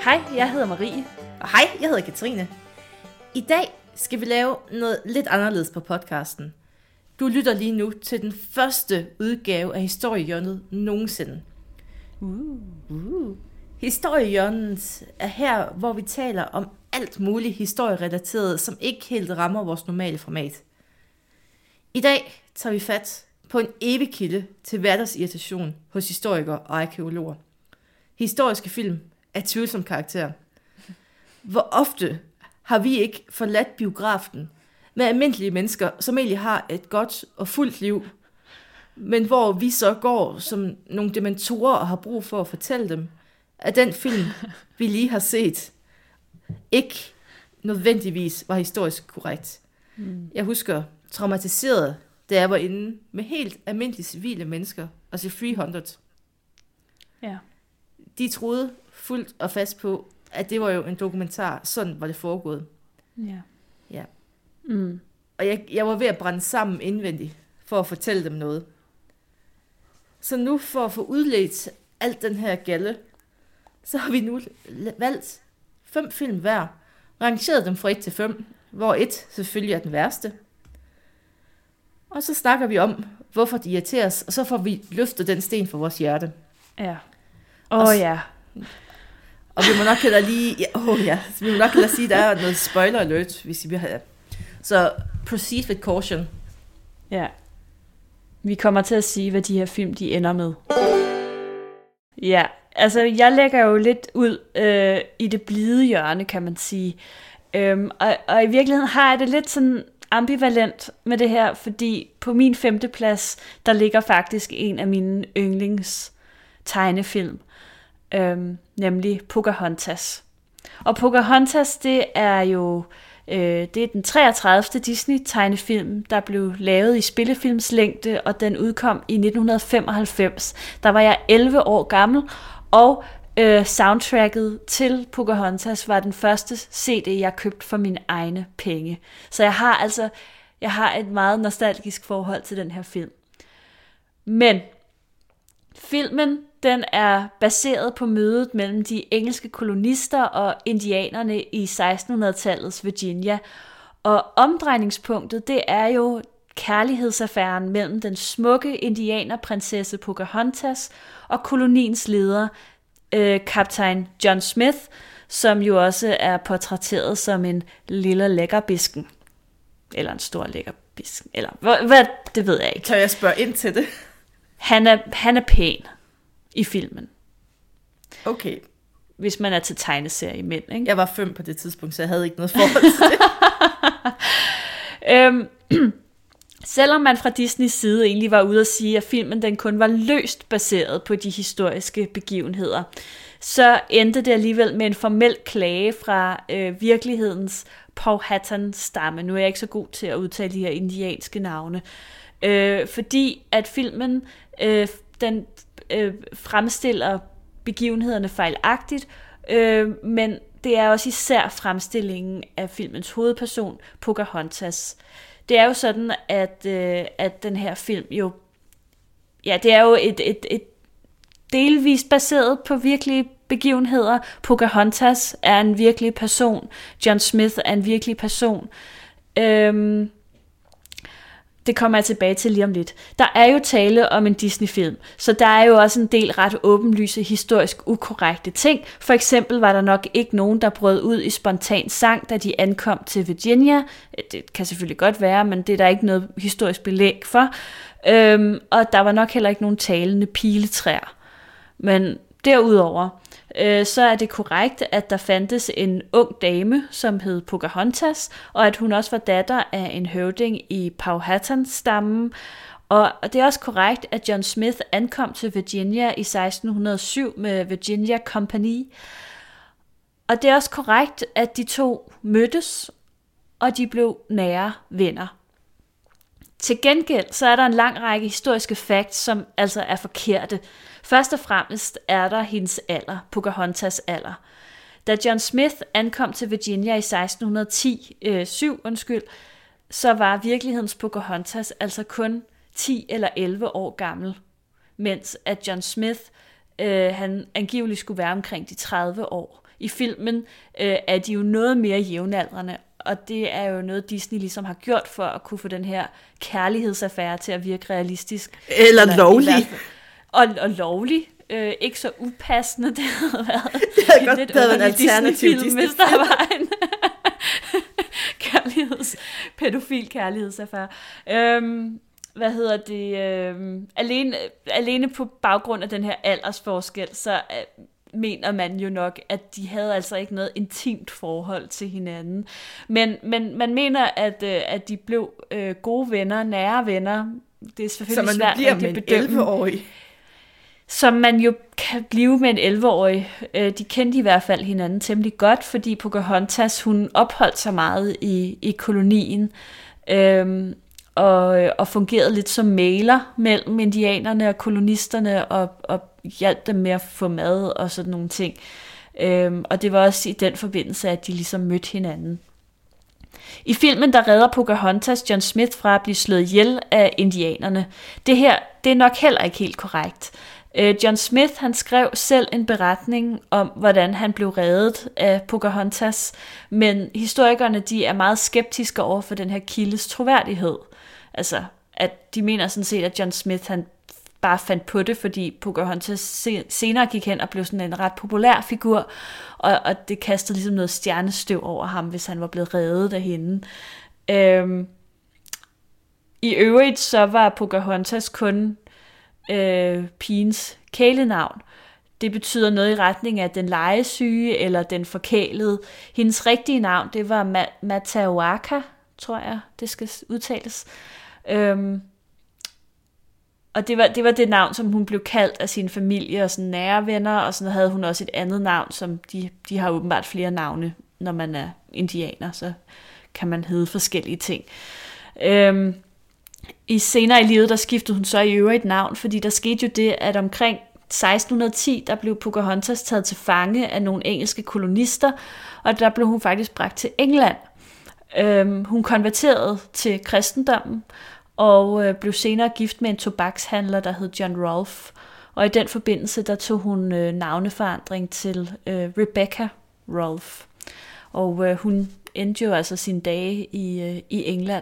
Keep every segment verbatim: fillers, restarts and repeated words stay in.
Hej, jeg hedder Marie. Og hej, jeg hedder Katrine. I dag skal vi lave noget lidt anderledes på podcasten. Du lytter lige nu til den første udgave af Historiehjørnet nogensinde. Uh. Uh. Historiehjørnet er her, hvor vi taler om alt muligt historierelateret, som ikke helt rammer vores normale format. I dag tager vi fat på en evig kilde til hverdagsirritation hos historikere og arkeologer. Historiske film af tvivlsom karakter. Hvor ofte har vi ikke forladt biografen med almindelige mennesker, som egentlig har et godt og fuldt liv, men hvor vi så går som nogle dementorer og har brug for at fortælle dem, at den film, vi lige har set, ikke nødvendigvis var historisk korrekt. Mm. Jeg husker traumatiseret, da jeg var inde med helt almindelige civile mennesker og se tre hundrede. Ja. De troede fuldt og fast på, at det var jo en dokumentar, sådan var det foregået. Ja. Ja. Mm. Og jeg, jeg var ved at brænde sammen indvendigt, for at fortælle dem noget. Så nu for at få udledt alt den her galle, så har vi nu valgt fem film hver, rangeret dem fra et til fem, hvor et selvfølgelig er den værste. Og så snakker vi om, hvorfor de irriterer os, og så får vi løftet den sten for vores hjerte. Ja. Åh oh, ja. Og vi må nok heller lige, ja, oh ja, vi må nok heller sige, at der er noget spoiler alert, hvis I vil have. Så proceed with caution. Ja. Vi kommer til at sige, hvad de her film, de ender med. Ja, altså jeg lægger jo lidt ud øh, i det blide hjørne, kan man sige. Øhm, og, og i virkeligheden har jeg det lidt sådan ambivalent med det her, fordi på min femte plads, der ligger faktisk en af mine yndlings tegnefilm, øhm, nemlig Pocahontas. Og Pocahontas, det er jo øh, det er den treogtredivte Disney-tegnefilm, der blev lavet i spillefilmslængde, og den udkom i nitten femoghalvfems. Der var jeg elleve år gammel, og øh, soundtracket til Pocahontas var den første C D, jeg købte for mine egne penge. Så jeg har altså jeg har et meget nostalgisk forhold til den her film. Men filmen, den er baseret på mødet mellem de engelske kolonister og indianerne i sekstenhundredetallets Virginia. Og omdrejningspunktet, det er jo kærlighedsaffæren mellem den smukke indianerprinsesse Pocahontas og koloniens leder, øh, kaptajn John Smith, som jo også er portrætteret som en lille lækkerbisken. Eller en stor lækkerbisken. Eller hvad, hvad, det ved jeg ikke. Tør jeg spørge ind til det? Han er, han er pæn i filmen. Okay. Hvis man er til tegneserie mænd, ikke? Jeg var fem på det tidspunkt, så jeg havde ikke noget forhold til det. øhm, selvom man fra Disneys side egentlig var ude at sige, at filmen den kun var løst baseret på de historiske begivenheder, så endte det alligevel med en formel klage fra øh, virkelighedens Powhatan-stamme. Nu er jeg ikke så god til at udtale de her indianske navne. Øh, fordi at filmen øh, den øh, fremstiller begivenhederne fejlagtigt, øh, men det er også især fremstillingen af filmens hovedperson, Pocahontas. Det er jo sådan, at, øh, at den her film jo, ja, det er jo et, et, et delvist baseret på virkelige begivenheder. Pocahontas er en virkelig person. John Smith er en virkelig person. Øh, Det kommer jeg tilbage til lige om lidt. Der er jo tale om en Disney-film, så der er jo også en del ret åbenlyse historisk ukorrekte ting. For eksempel var der nok ikke nogen, der brød ud i spontan sang, da de ankom til Virginia. Det kan selvfølgelig godt være, men det er der ikke noget historisk belæg for. Øhm, og der var nok heller ikke nogen talende piletræer. Men derudover, øh, så er det korrekt, at der fandtes en ung dame, som hed Pocahontas, og at hun også var datter af en høvding i Powhatan-stammen. Og det er også korrekt, at John Smith ankom til Virginia i seksten hundrede og syv med Virginia Company. Og det er også korrekt, at de to mødtes, og de blev nære venner. Til gengæld så er der en lang række historiske facts, som altså er forkerte. Først og fremmest er der hendes alder, Pocahontas alder. Da John Smith ankom til Virginia i seksten hundrede og ti, øh, syv, undskyld, så var virkelighedens Pocahontas altså kun ti eller elleve år gammel, mens at John Smith, øh, han angiveligt skulle være omkring de tredive år I filmen øh, er de jo noget mere jævnaldrende, og det er jo noget, Disney ligesom har gjort for at kunne få den her kærlighedsaffære til at virke realistisk. Eller, Eller lovlig. Og, og lovlig. Øh, ikke så upassende, det havde været det havde en godt lidt været en alternativ Disney-film, Disney hvis der var en kærligheds, pædofil kærlighedsaffære. Øhm, hvad hedder det? Øhm, alene, alene på baggrund af den her aldersforskel, så øh, mener man jo nok, at de havde altså ikke noget intimt forhold til hinanden. Men, men man mener, at, øh, at de blev øh, gode venner, nære venner. Det er selvfølgelig så svært at bedømme. elleve-årig. Som man jo kan blive med en elleve-årig. De kendte i hvert fald hinanden temmelig godt, fordi Pocahontas, hun opholdt sig meget i, i kolonien, øhm, og, og fungerede lidt som mægler mellem indianerne og kolonisterne, og, og hjalp dem med at få mad og sådan nogle ting. Øhm, og det var også i den forbindelse, at de ligesom mødte hinanden. I filmen, der redder Pocahontas John Smith fra at blive slået ihjel af indianerne. Det her, det er nok heller ikke helt korrekt. John Smith, han skrev selv en beretning om, hvordan han blev reddet af Pocahontas, men historikerne, de er meget skeptiske over for den her kildes troværdighed. Altså, at de mener sådan set, at John Smith, han bare fandt på det, fordi Pocahontas senere gik hen og blev sådan en ret populær figur, og, og det kastede ligesom noget stjernestøv over ham, hvis han var blevet reddet af hende. Øhm, I øvrigt så var Pocahontas kun øh, pigens kælenavn. Det betyder noget i retning af den legesyge eller den forkælede. Hendes rigtige navn, det var Ma- Mataoaka, tror jeg, det skal udtales. Øhm, og det var, det var det navn, som hun blev kaldt af sin familie og sådan nære venner, og så havde hun også et andet navn, som de, de har åbenbart flere navne, når man er indianer, så kan man hedde forskellige ting. Øhm, I senere i livet, der skiftede hun så i øvrigt navn, fordi der skete jo det, at omkring seksten ti, der blev Pocahontas taget til fange af nogle engelske kolonister, og der blev hun faktisk bragt til England. Øhm, hun konverterede til kristendommen, og øh, blev senere gift med en tobakshandler, der hed John Rolfe. Og i den forbindelse, der tog hun øh, navneforandring til øh, Rebecca Rolfe. Og øh, hun endte jo altså sine dage i, øh, i England.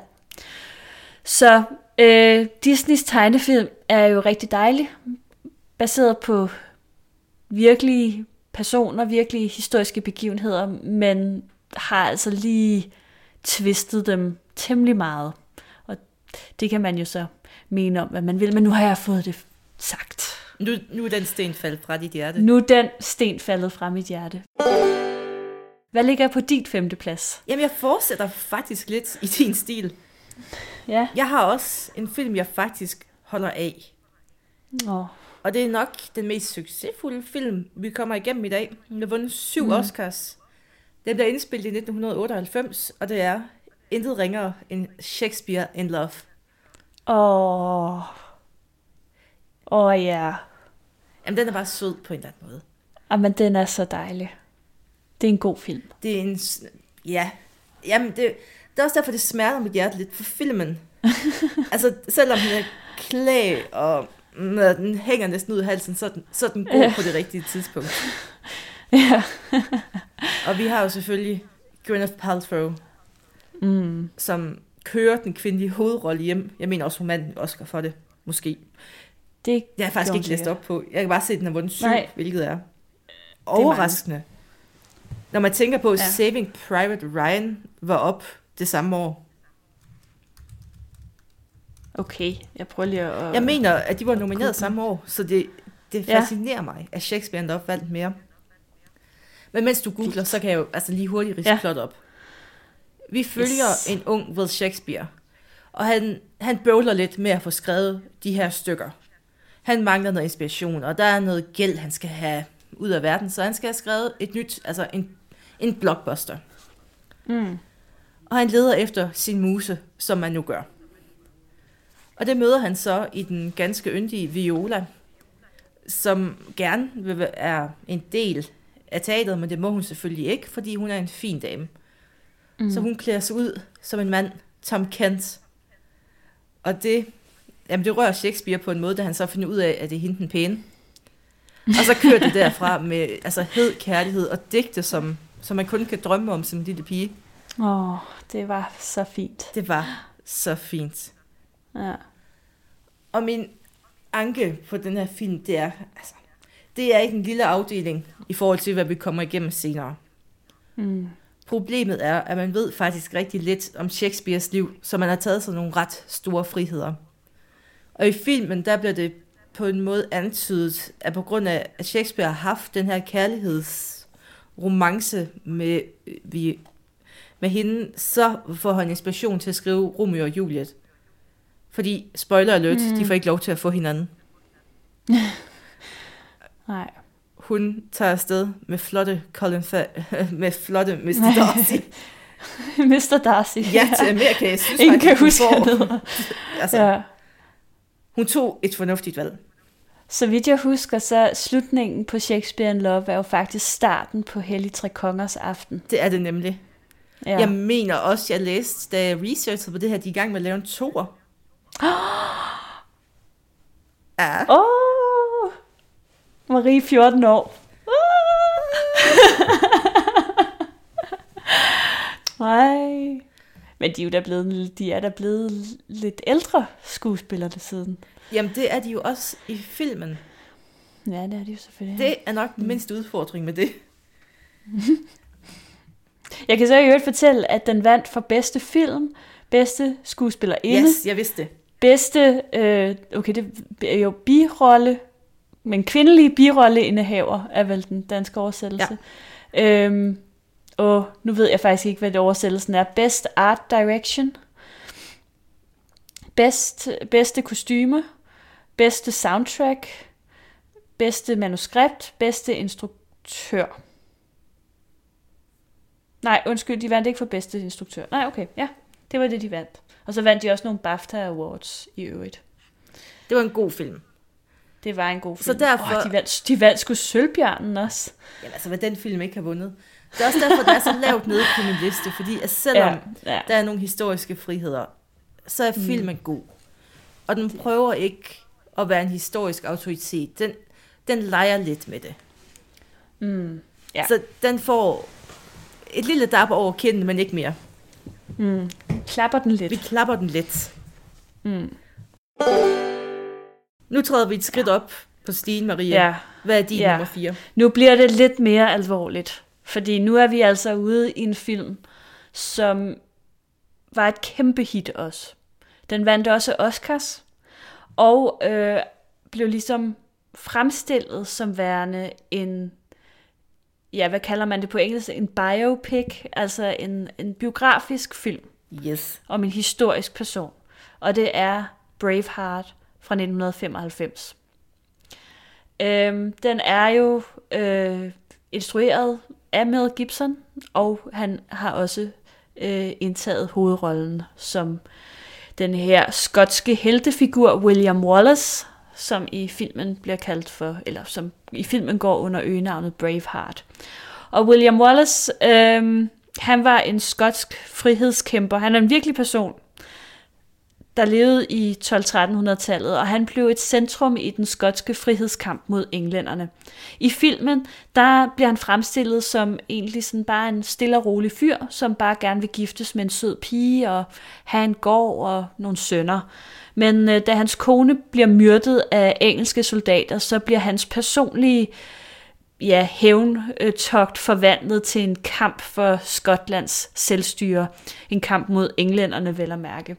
Så øh, Disneys tegnefilm er jo rigtig dejlig, baseret på virkelige personer, virkelige historiske begivenheder, men har altså lige twistet dem temmelig meget. Og det kan man jo så mene om, hvad man vil, men nu har jeg fået det sagt. Nu, nu er den sten faldet fra dit hjerte. Nu er den sten faldet fra mit hjerte. Hvad ligger på dit femte plads? Jamen, jeg fortsætter faktisk lidt i din stil. Ja. Jeg har også en film, jeg faktisk holder af. Oh. Og det er nok den mest succesfulde film, vi kommer igennem i dag. Den har vundet syv mm. Oscars. Den blev indspillet i nitten otteoghalvfems, og det er intet ringere end Shakespeare in Love. Åh. Oh. Åh oh, ja. Yeah. Jamen, den er bare sød på en eller anden måde. Jamen, den er så dejlig. Det er en god film. Det er en... Ja. Jamen, det, det er også derfor, det smerter mit hjerte lidt for filmen. Altså, selvom den er klæ, og når den hænger næsten ud af halsen, så er den, så er den god på det rigtige tidspunkt. Ja. Og vi har jo selvfølgelig Gwyneth Paltrow, mm. som kører den kvindelige hovedrolle hjem. Jeg mener også, hun vandt en Oscar for det. Måske. Det jeg har faktisk ikke læst op på. Jeg kan bare se, at den har vundet syv, Nej. hvilket er overraskende. Når man tænker på, at ja. Saving Private Ryan var op det samme år. Okay, jeg prøver lige at... Jeg mener, at de var nomineret samme år, så det, det fascinerer ja. mig, at Shakespeare endda vandt mere. Men mens du googler, så kan jeg jo altså lige hurtigt ridse ja. plot op. Vi følger yes. en ung Will Shakespeare, og han, han bøvler lidt med at få skrevet de her stykker. Han mangler noget inspiration, og der er noget gæld, han skal have ud af verden, så han skal have skrevet et nyt, altså en, en blockbuster. Mm. Og han leder efter sin muse, som man nu gør. Og det møder han så i den ganske yndige Viola, som gerne vil være en del af teateret, men det må hun selvfølgelig ikke, fordi hun er en fin dame. Mm. Så hun klæder sig ud som en mand, Tom Kent. Og det, jamen det rører Shakespeare på en måde, da han så finder ud af, at det er hende den pæne. Og så kører det derfra med altså, hed kærlighed og digte, som, som man kun kan drømme om som en lille pige. Åh, oh, det var så fint. Det var så fint. Ja. Og min anke på den her film, det er, altså, det er ikke en lille afdeling i forhold til, hvad vi kommer igennem senere. Mm. Problemet er, at man ved faktisk rigtig lidt om Shakespeares liv, så man har taget sig nogle ret store friheder. Og i filmen, der bliver det på en måde antydet, at på grund af, at Shakespeare har haft den her kærlighedsromance med, vi, med hende, så får han inspiration til at skrive Romeo og Juliet. Fordi, spoiler alert, mm. de får ikke lov til at få hinanden. Nej. Hun tager afsted med flotte Colin Fa- med flotte mister Darcy. mister Darcy. Ja, til Amerika. Jeg synes, ingen kan faktisk, huske får... altså, ja. Hun tog et fornuftigt valg. Så vidt jeg husker, så slutningen på Shakespeare in Love er jo faktisk starten på Hellig Tre Kongers aften. Det er det nemlig. Ja. Jeg mener også, jeg læste, da jeg researchede på det her, de er i gang med at lave en toer. Ja. Åh! Oh! Marie, fjorten år. Nej. Men de er jo da blevet, de er da blevet lidt ældre skuespillere siden. Jamen, det er de jo også i filmen. Ja, det er de jo selvfølgelig. Det er nok den mindste udfordring med det. Jeg kan så i øvrigt fortælle, at den vandt for bedste film, bedste skuespillerinde. Yes, jeg vidste det. Bedste, øh, okay, det er jo birolle, men kvindelige birolleindhaver er vel den danske oversættelse. Ja. Øhm, og nu ved jeg faktisk ikke, hvad det oversættelsen er. Best Art Direction, Best, bedste kostyme, bedste soundtrack, bedste manuskript, bedste instruktør. Nej, undskyld, de vandt ikke for bedste instruktør. Nej, okay, ja, det var det, de vandt. Og så vandt de også nogle BAFTA Awards i øvrigt. Det var en god film. Det var en god film. Så derfor... Oh, de vandt, de vandt sgu Sølvbjørnen også. Jamen altså, hvad den film ikke har vundet. Det er også derfor, der er så lavt nede på min liste, fordi at selvom ja, ja. der er nogle historiske friheder, så er filmen mm. god. Og den prøver ikke at være en historisk autoritet. Den, den leger lidt med det. Mm. Ja. Så den får et lille dab over kinden, men ikke mere. Mm. Klapper den lidt. Vi klapper den lidt. Mm. Nu træder vi et skridt op på stigen, Maria. Ja. Hvad er din ja. nummer fire? Nu bliver det lidt mere alvorligt. Fordi nu er vi altså ude i en film, som var et kæmpe hit også. Den vandt også Oscars, og øh, blev ligesom fremstillet som værende en, ja, hvad kalder man det på engelsk, en biopic, altså en, en biografisk film yes. om en historisk person. Og det er Braveheart fra nitten femoghalvfems. Øhm, den er jo øh, instrueret af Mel Gibson, og han har også øh, indtaget hovedrollen som den her skotske heltefigur William Wallace, som i filmen bliver kaldt for, eller som i filmen går under øgenavnet Braveheart. Og William Wallace, øh, han var en skotsk frihedskæmper. Han er en virkelig person, der levede i tolv-tretten-hundrede-tallet, og han blev et centrum i den skotske frihedskamp mod englænderne. I filmen, der bliver han fremstillet som egentlig sådan bare en stille og rolig fyr, som bare gerne vil giftes med en sød pige og have en gård og nogle sønner. Men øh, da hans kone bliver myrdet af engelske soldater, så bliver hans personlige ja, hævntogt forvandlet til en kamp for Skotlands selvstyre. En kamp mod englænderne, vel at mærke.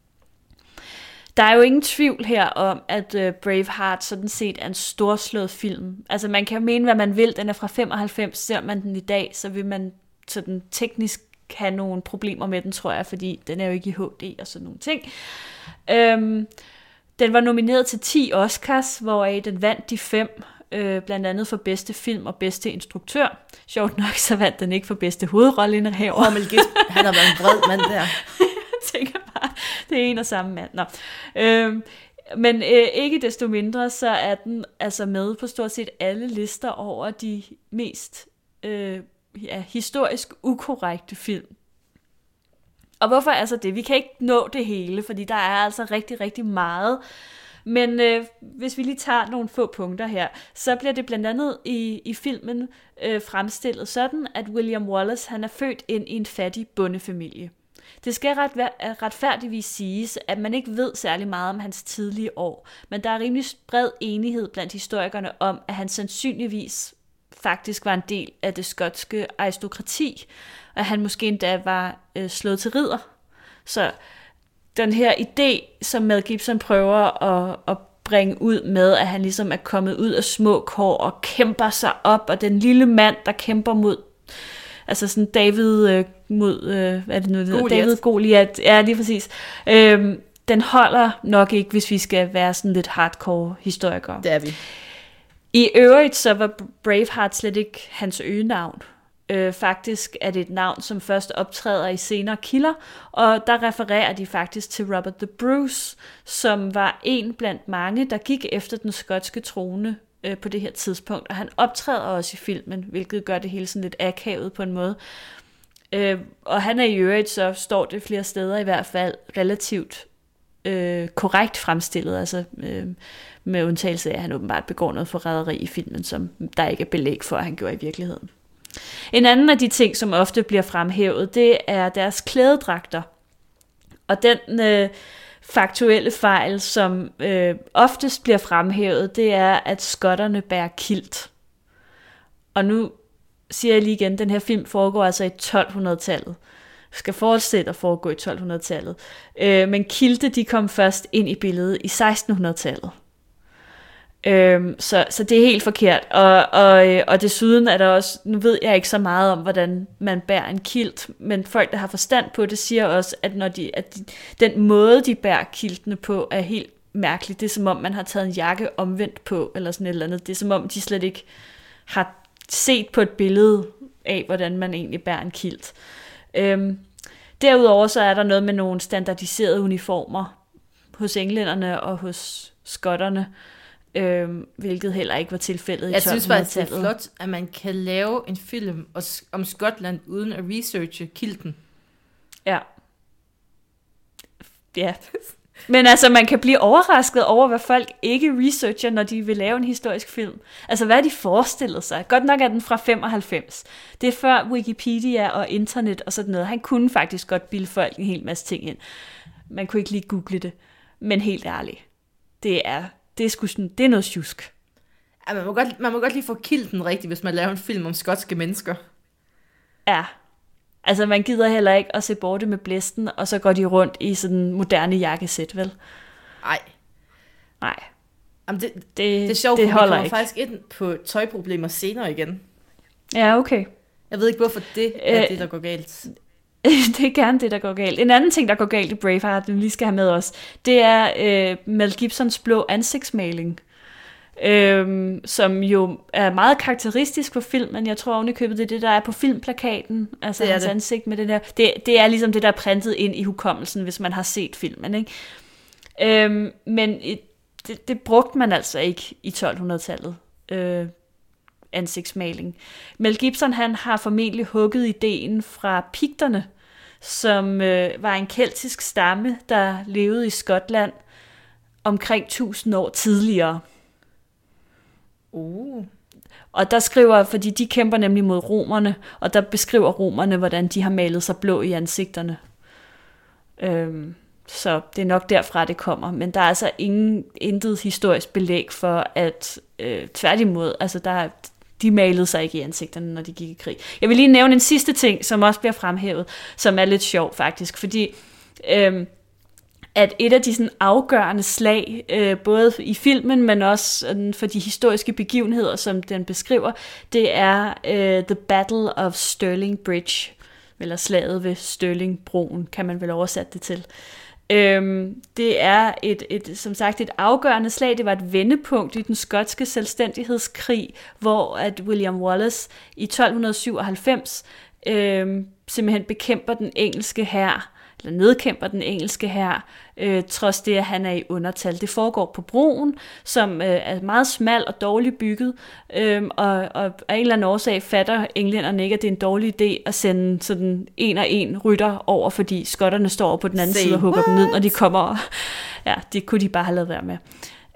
Der er jo ingen tvivl her om, at uh, Braveheart sådan set er en storslået film. Altså man kan jo mene, hvad man vil. Den er fra femoghalvfems, ser man den i dag, så vil man sådan teknisk have nogle problemer med den, tror jeg, fordi den er jo ikke i H D og sådan nogle ting. Øhm, den var nomineret til ti Oscars, hvoraf den vandt de fem, øh, blandt andet for bedste film og bedste instruktør. Sjovt nok, så vandt den ikke for bedste hovedrolleindehaver. Åh, Mel Gibson, han har været en bred mand der. tænker bare, det er en og samme mand. Nå. Øhm, men øh, ikke desto mindre, så er den altså med på stort set alle lister over de mest øh, ja, historisk ukorrekte film. Og hvorfor altså det? Vi kan ikke nå det hele, fordi der er altså rigtig, rigtig meget. Men øh, hvis vi lige tager nogle få punkter her, så bliver det blandt andet i, i filmen øh, fremstillet sådan, at William Wallace han er født ind i en fattig bondefamilie. Det skal ret, retfærdigvis siges, at man ikke ved særlig meget om hans tidlige år, men der er rimelig bred enighed blandt historikerne om, at han sandsynligvis faktisk var en del af det skotske aristokrati, og at han måske endda var øh, slået til ridder. Så den her idé, som Mel Gibson prøver at, at bringe ud med, at han ligesom er kommet ud af små kår og kæmper sig op, og den lille mand, der kæmper mod, altså sådan David øh, mod, øh, hvad er det nu, det Goliath. David Goliath, ja lige præcis. Øhm, den holder nok ikke, hvis vi skal være sådan lidt hardcore historikere. Det er vi. I øvrigt så var Braveheart slet ikke hans øgenavn. Øh, faktisk er det et navn, som først optræder i senere kilder, og der refererer de faktisk til Robert the Bruce, som var en blandt mange, der gik efter den skotske trone øh, på det her tidspunkt, og han optræder også i filmen, hvilket gør det hele sådan lidt akavet på en måde. Øh, og han er i øvrigt, så står det flere steder i hvert fald, relativt øh, korrekt fremstillet, altså øh, med undtagelse af, at han åbenbart begår noget forræderi i filmen, som der ikke er belæg for, at han gjorde i virkeligheden. En anden af de ting, som ofte bliver fremhævet, det er deres klædedragter. Og den øh, faktuelle fejl, som øh, oftest bliver fremhævet, det er, at skotterne bærer kilt. Og nu siger jeg lige igen, den her film foregår altså i tolv-hundrede-tallet. Skal fortsætte at foregå i tolv-hundrede-tallet. Øh, men kilte, de kom først ind i billedet i seksten-hundrede-tallet. Øhm, så, så det er helt forkert, og, og, og desuden er der også, nu ved jeg ikke så meget om, hvordan man bærer en kilt, men folk, der har forstand på det, siger også, at, når de, at de, den måde, de bærer kiltene på, er helt mærkeligt. Det er som om, man har taget en jakke omvendt på, eller sådan et eller andet. Det er som om, de slet ikke har set på et billede af, hvordan man egentlig bærer en kilt. Øhm, derudover så er der noget med nogle standardiserede uniformer hos englænderne og hos skotterne, Øhm, hvilket heller ikke var tilfældet i Jeg synes tolv-hundrede-tallet. faktisk, det er flot, at man kan lave en film om Skotland uden at researche kilten. Ja. Ja. Men altså, man kan blive overrasket over, hvad folk ikke researcher, når de vil lave en historisk film. Altså, hvad de forestillede sig. Godt nok er den fra femoghalvfems. Det er før Wikipedia og internet og sådan noget. Han kunne faktisk godt bilde folk en hel masse ting ind. Man kunne ikke lige google det. Men helt ærligt, det er... Det er, sgu sådan, det er noget sjusk. Ja, man, må godt, man må godt lige få kilten rigtigt, hvis man laver en film om skotske mennesker. Ja. Altså, man gider heller ikke at se borte med blæsten, og så går de rundt i sådan en moderne jakkesæt, vel? Nej. Nej. Jamen, det, det, det er sjovt, det for vi kommer ikke. faktisk ind på tøjproblemer senere igen. Ja, okay. Jeg ved ikke, hvorfor det er øh, det, der går galt. Det er gerne det, der går galt. En anden ting, der går galt i Braveheart, vi lige skal have med os, det er øh, Mel Gibsons blå ansigtsmaling, øh, som jo er meget karakteristisk for filmen. Jeg tror ovenikøbet, det er det, der er på filmplakaten, altså det hans det. ansigt med det der. Det, det er ligesom det, der er printet ind i hukommelsen, hvis man har set filmen, ikke? Øh, men det, det brugte man altså ikke i tolv-hundrede-tallet. Øh, ansigtsmaling. Mel Gibson, han har formentlig hugget ideen fra pigterne, som øh, var en keltisk stamme, der levede i Skotland omkring tusind år tidligere. Uh. Og der skriver, fordi de kæmper nemlig mod romerne, og der beskriver romerne, hvordan de har malet sig blå i ansigterne. Øhm, så det er nok derfra, det kommer. Men der er altså ingen, intet historisk belæg for, at øh, tværtimod, altså der er de malede sig ikke i ansigterne, når de gik i krig. Jeg vil lige nævne en sidste ting, som også bliver fremhævet, som er lidt sjov faktisk, fordi øhm, at et af de sådan afgørende slag, øh, både i filmen, men også øh, for de historiske begivenheder, som den beskriver, det er øh, The Battle of Stirling Bridge, eller slaget ved Stirlingbroen, kan man vel oversætte det til. Øhm, det er et, et, som sagt et afgørende slag. Det var et vendepunkt i den skotske selvstændighedskrig, hvor at William Wallace i tolv syvoghalvfems øhm, simpelthen bekæmper den engelske hær, eller nedkæmper den engelske hær, øh, trods det, at han er i undertal. Det foregår på broen, som øh, er meget smal og dårligt bygget, øh, og, og af en eller anden årsag fatter englænderne ikke, at det er en dårlig idé at sende sådan en og en rytter over, fordi skotterne står på den anden Say side og hugger what? dem ned, når de kommer. Ja, det kunne de bare have lavet være med.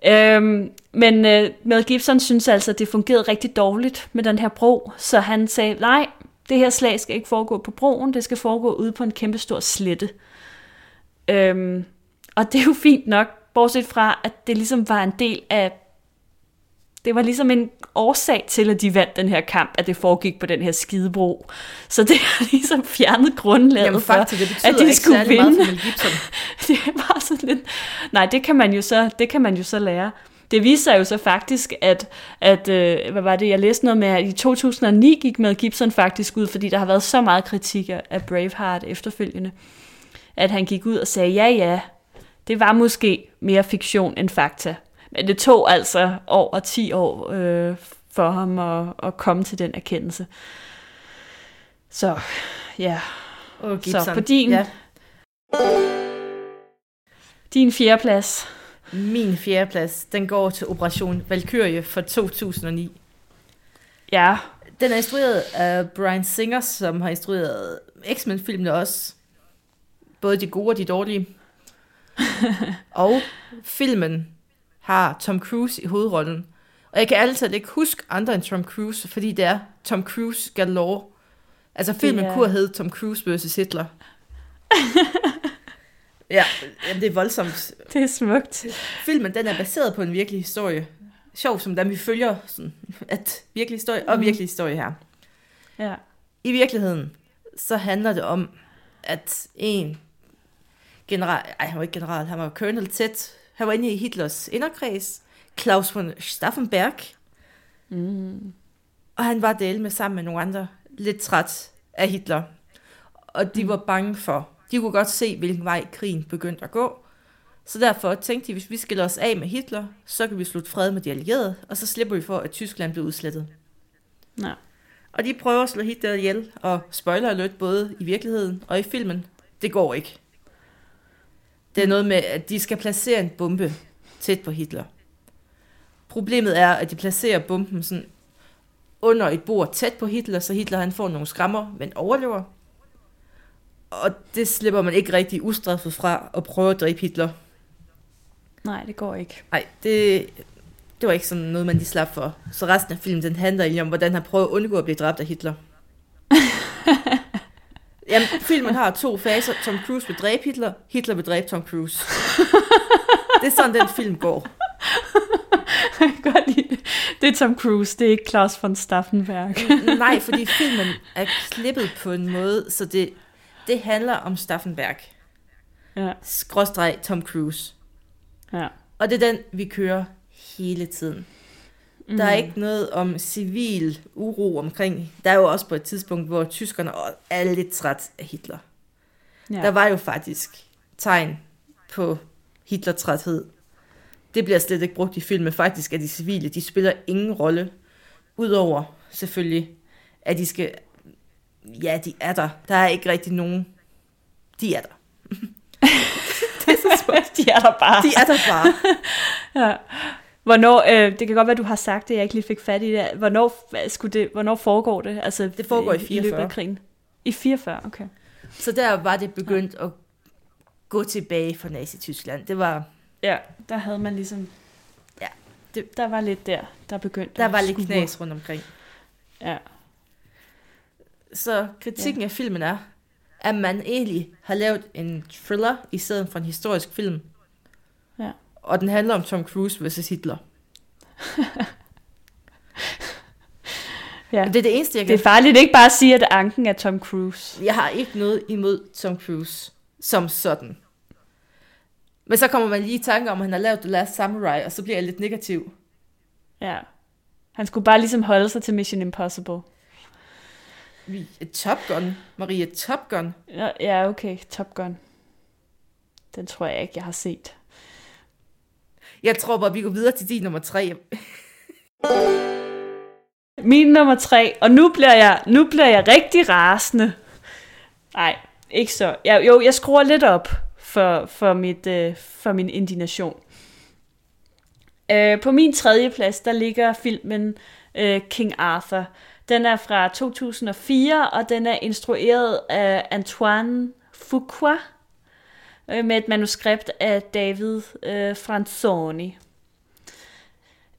Øhm, men øh, Mel Gibson synes altså, at det fungerede rigtig dårligt med den her bro, så han sagde, nej, det her slag skal ikke foregå på broen, det skal foregå ude på en kæmpe stor slette. Øhm, og det er jo fint nok, bortset fra, at det ligesom var en del af, det var ligesom en årsag til, at de vandt den her kamp, at det foregik på den her skidebro. Så det har ligesom fjernet grundlaget Jamen, faktisk, for, det at de ikke skulle vinde. Meget for Mel Gibson. Det var sådan lidt... Nej, det kan man jo så, det kan man jo så lære. Det viser sig jo så faktisk, at, at øh, hvad var det, jeg læste noget med, at i to tusind og ni gik Mel Gibson faktisk ud, fordi der har været så meget kritik af Braveheart efterfølgende, at han gik ud og sagde, ja ja, det var måske mere fiktion end fakta. Men det tog altså over ti år øh, for ham at, at komme til den erkendelse. Så, ja. Oh, Gibson. Så på din, ja. din fjerdeplads. Min fjerdeplads, den går til Operation Valkyrie fra to tusind og ni. Ja. Den er instrueret af Bryan Singer, som har instrueret X-Men-filmene også. Både de gode og de dårlige. Og filmen har Tom Cruise i hovedrollen. Og jeg kan altid ikke huske andre end Tom Cruise, fordi det er Tom Cruise galore. Altså filmen yeah. kunne have heddet Tom Cruise versus Hitler. Ja, det er voldsomt. Det er smukt. Filmen, den er baseret på en virkelig historie. Sjov, som dem vi følger, sådan, at virkelig historie og virkelig historie her. Ja. I virkeligheden, så handler det om, at en general, ej, han var ikke general, han var Colonel Ted, han var inde i Hitlers inderkreds, Klaus von Stauffenberg, mm. og han var delt med sammen med nogle andre, lidt træt af Hitler. Og de var bange for, de kunne godt se, hvilken vej krigen begyndte at gå. Så derfor tænkte de, hvis vi skiller os af med Hitler, så kan vi slutte fred med de allierede, og så slipper vi for, at Tyskland bliver udslettet. Ja. Og de prøver at slå Hitler ihjel, og spoiler alert både i virkeligheden og i filmen. Det går ikke. Det er noget med, at de skal placere en bombe tæt på Hitler. Problemet er, at de placerer bomben sådan under et bord tæt på Hitler, så Hitler han får nogle skrammer, men overlever. Og det slipper man ikke rigtig ustraffet fra at prøve at dræbe Hitler. Nej, det går ikke. Nej, det, det var ikke sådan noget, man lige slap for. Så resten af filmen, den handler egentlig om, hvordan han prøver at undgå at blive dræbt af Hitler. Jamen, filmen har to faser. Tom Cruise vil dræbe Hitler, Hitler vil dræbe Tom Cruise. Det er sådan, den film går. Jeg kan godt lide det. Det er Tom Cruise, det er ikke Klaus von Stauffenberg. Nej, fordi filmen er klippet på en måde, så det, det handler om Stauffenberg. Ja. Skråstreg Tom Cruise. Ja. Og det er den, vi kører hele tiden. Mm. Der er ikke noget om civil uro omkring. Der er jo også på et tidspunkt, hvor tyskerne er lidt træt af Hitler. Ja. Der var jo faktisk tegn på Hitler-træthed. Det bliver slet ikke brugt i filmen. Faktisk er de civile, de spiller ingen rolle. Udover selvfølgelig, at de skal... Ja, de er der. Der er ikke rigtig nogen... De er der. Det er så smukt. De er der bare. De er der bare. Ja. Hvornår, øh, det kan godt være, du har sagt det, jeg ikke lige fik fat i det. Hvornår, skulle det, hvornår foregår det? Altså, det foregår i fireogfyrre. I løbet af krigen. I fireogfyrre, okay. Så der var det begyndt ja. at gå tilbage for Nazi-Tyskland. Det var... Ja, der havde man ligesom... Ja. Det, der var lidt der, der begyndte Der var lidt knas rundt omkring. Ja. Så kritikken ja. af filmen er, at man egentlig har lavet en thriller i stedet for en historisk film. Ja. Og den handler om Tom Cruise versus Hitler. Ja. Det er det eneste, jeg kan... Det er farligt ikke bare at sige, at anken er Tom Cruise. Jeg har ikke noget imod Tom Cruise som sådan. Men så kommer man lige i tanke om, at han har lavet The Last Samurai, og så bliver jeg lidt negativ. Ja. Han skulle bare ligesom holde sig til Mission Impossible. Top Gun. Maria, Top Gun. Ja, ja, okay. Top Gun. Den tror jeg ikke, jeg har set. Jeg tror bare, vi går videre til din nummer tre. Min nummer tre, og nu bliver jeg, nu bliver jeg rigtig rasende. Nej, ikke så. Jeg, jo, jeg skruer lidt op for, for, mit, øh, for min indignation. Øh, på min tredje plads, der ligger filmen øh, King Arthur. Den er fra to tusind og fire, og den er instrueret af Antoine Fuqua, øh, med et manuskript af David øh, Franzoni.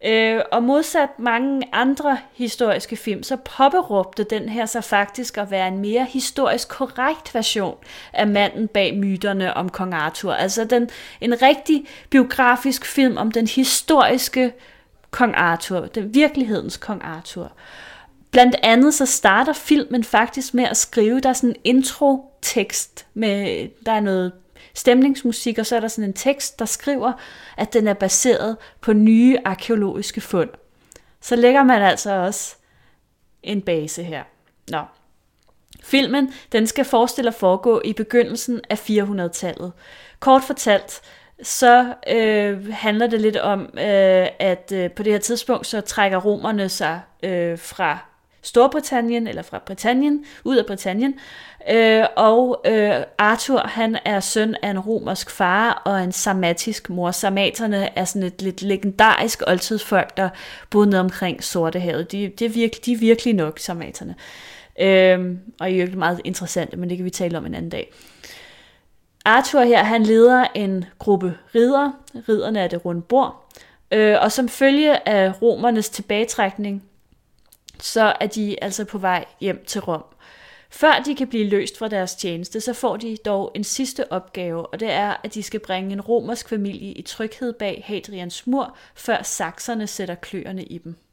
Øh, og modsat mange andre historiske film, så påberåbte den her så faktisk at være en mere historisk korrekt version af manden bag myterne om kong Arthur. Altså den, en rigtig biografisk film om den historiske kong Arthur, den virkelighedens kong Arthur. Blandt andet så starter filmen faktisk med at skrive, der er sådan en intro-tekst, med, der er noget stemningsmusik, og så er der sådan en tekst, der skriver, at den er baseret på nye arkeologiske fund. Så lægger man altså også en base her. Nå. Filmen, den skal forestille at foregå i begyndelsen af fire hundrede-tallet. Kort fortalt, så øh, handler det lidt om, øh, at øh, på det her tidspunkt, så trækker romerne sig øh, fra Storbritannien, eller fra Britannien, ud af Britannien, øh, og øh, Arthur, han er søn af en romersk far og en sarmatisk mor. Sarmaterne er sådan et lidt legendarisk oldtidsfolk, der boede nede omkring Sortehavet. De, de, er, virkelig, de er virkelig nok, sarmaterne. Øh, og er virkelig meget interessante, men det kan vi tale om en anden dag. Arthur her, han leder en gruppe riddere. Ridderne er det runde bord. Øh, og som følge af romernes tilbagetrækning, så er de altså på vej hjem til Rom. Før de kan blive løst fra deres tjeneste, så får de dog en sidste opgave, og det er, at de skal bringe en romersk familie i tryghed bag Hadrians mur, før sakserne sætter kløerne i dem.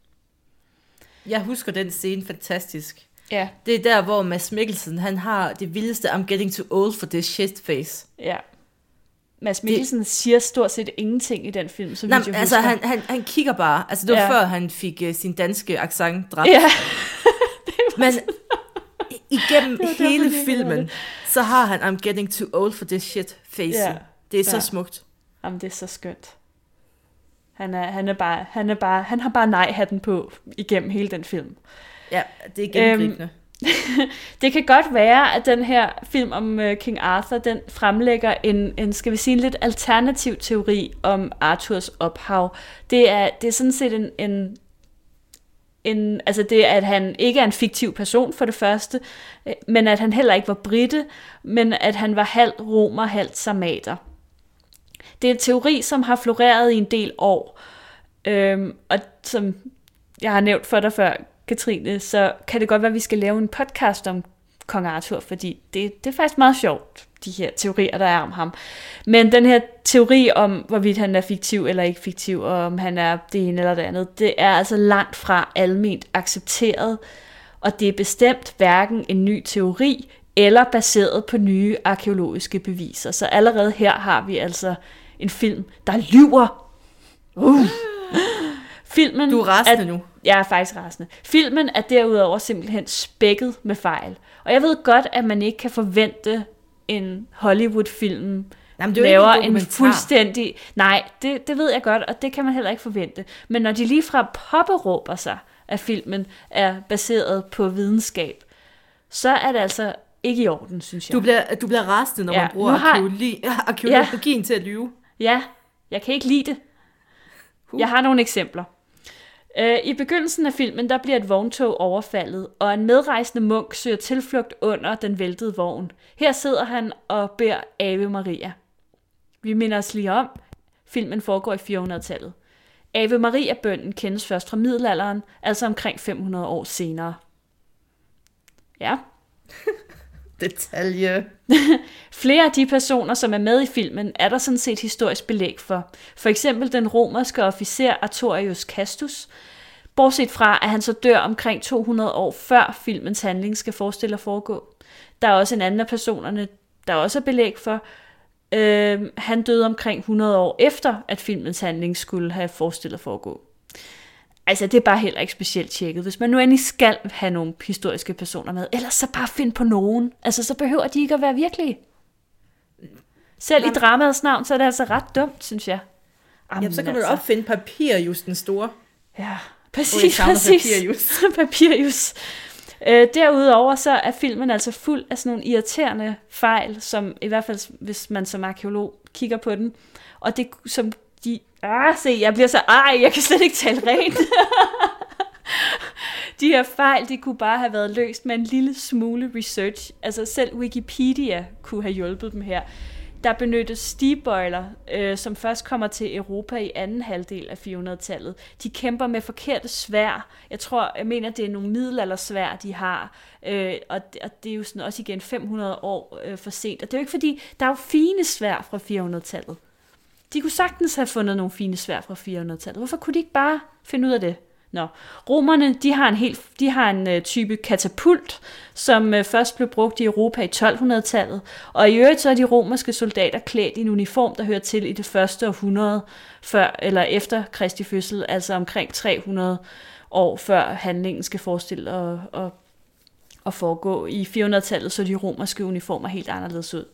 Jeg husker den scene fantastisk. Ja. Det er der, hvor Mads Mikkelsen, han har det vildeste I'm getting too old for this shit face. Ja. Mads Mikkelsen det... siger stort set ingenting i den film, så Nej, altså han, han, han kigger bare. Altså det var ja. før han fik uh, sin danske accent dræbt. Ja. Men igennem det det hele filmen, så har han I'm getting too old for this shit face. Ja. Det er så ja. smukt. Jamen det er så skønt. Han er, han er bare, han er bare, han har bare nej-hatten på igennem hele den film. Ja, det er gennemgribende. Øhm, det kan godt være, at den her film om uh, King Arthur, den fremlægger en, en, skal vi sige, en lidt alternativ teori om Arthurs ophav. Det er, det er sådan set en, en, en, altså det at han ikke er en fiktiv person for det første, men at han heller ikke var brite, men at han var halvt romer, halvt sarmater. Det er en teori, som har floreret i en del år, øhm, og som jeg har nævnt for dig før, Katrine, så kan det godt være, at vi skal lave en podcast om kong Arthur, fordi det, det er faktisk meget sjovt, de her teorier, der er om ham. Men den her teori om, hvorvidt han er fiktiv eller ikke fiktiv, og om han er det ene eller det andet, det er altså langt fra alment accepteret, og det er bestemt hverken en ny teori, eller baseret på nye arkeologiske beviser. Så allerede her har vi altså en film, der lyver. Uh. Filmen du er rasende nu. Jeg er faktisk rasende. Filmen er derudover simpelthen spækket med fejl. Og jeg ved godt, at man ikke kan forvente en Hollywood-film Jamen, det er laver en, en fuldstændig... Nej, det, det ved jeg godt, og det kan man heller ikke forvente. Men når de ligefrem påberåber sig, at filmen er baseret på videnskab, så er det altså ikke i orden, synes jeg. Du bliver, du bliver rasende, når ja, man bruger har... arkeologi, arkeologien ja. til at lyve. Ja, jeg kan ikke lide det. Jeg har nogle eksempler. I begyndelsen af filmen, der bliver et vogntog overfaldet, og en medrejsende munk søger tilflugt under den væltede vogn. Her sidder han og beder Ave Maria. Vi minder os lige om, filmen foregår i fire hundrede-tallet. Ave Maria-bønnen kendes først fra middelalderen, altså omkring fem hundrede år senere. Ja. Detalje. Flere af de personer, som er med i filmen, er der sådan set historisk belæg for. For eksempel den romerske officer Artorius Castus, bortset fra, at han så dør omkring to hundrede år før filmens handling skal forestille at foregå. Der er også en anden af personerne, der også er belæg for. Øh, han døde omkring hundrede år efter, at filmens handling skulle have forestillet at foregå. Altså, det er bare heller ikke specielt tjekket. Hvis man nu endelig skal have nogle historiske personer med, ellers så bare find på nogen. Altså, så behøver de ikke at være virkelige. Selv Jamen. i dramaets navn, så er det altså ret dumt, synes jeg. Jamen, Jamen så kan altså. du opfinde Papirius den store. Ja, præcis, præcis. Papirius. Papirius. Øh, derudover så er filmen altså fuld af sådan nogle irriterende fejl, som i hvert fald, hvis man som arkeolog kigger på den, og det som de... Ah, se, jeg bliver så... Ej, jeg kan slet ikke tale rent. De her fejl, de kunne bare have været løst med en lille smule research. Altså selv Wikipedia kunne have hjulpet dem her. der benyttes stigbøjler, øh, som først kommer til Europa i anden halvdel af fire hundrede-tallet. De kæmper med forkerte sværd. Jeg tror, jeg mener, det er nogle middelaldersværd, de har. Øh, og, det, og det er jo sådan også igen fem hundrede år øh, for sent. Og det er jo ikke fordi, der er jo fine sværd fra fire hundrede-tallet. De kunne sagtens have fundet nogle fine sværd fra fire hundrede-tallet. Hvorfor kunne de ikke bare finde ud af det? Nå, romerne, de har en, helt, de har en uh, type katapult, som uh, først blev brugt i Europa i tolv hundrede-tallet, og i øvrigt så er de romerske soldater klædt i en uniform, der hører til i det første århundrede før eller efter Kristi fødsel, altså omkring tre hundrede år før handlingen skal forestille at, at, at foregå. I fire hundrede-tallet så de romerske uniformer helt anderledes ud.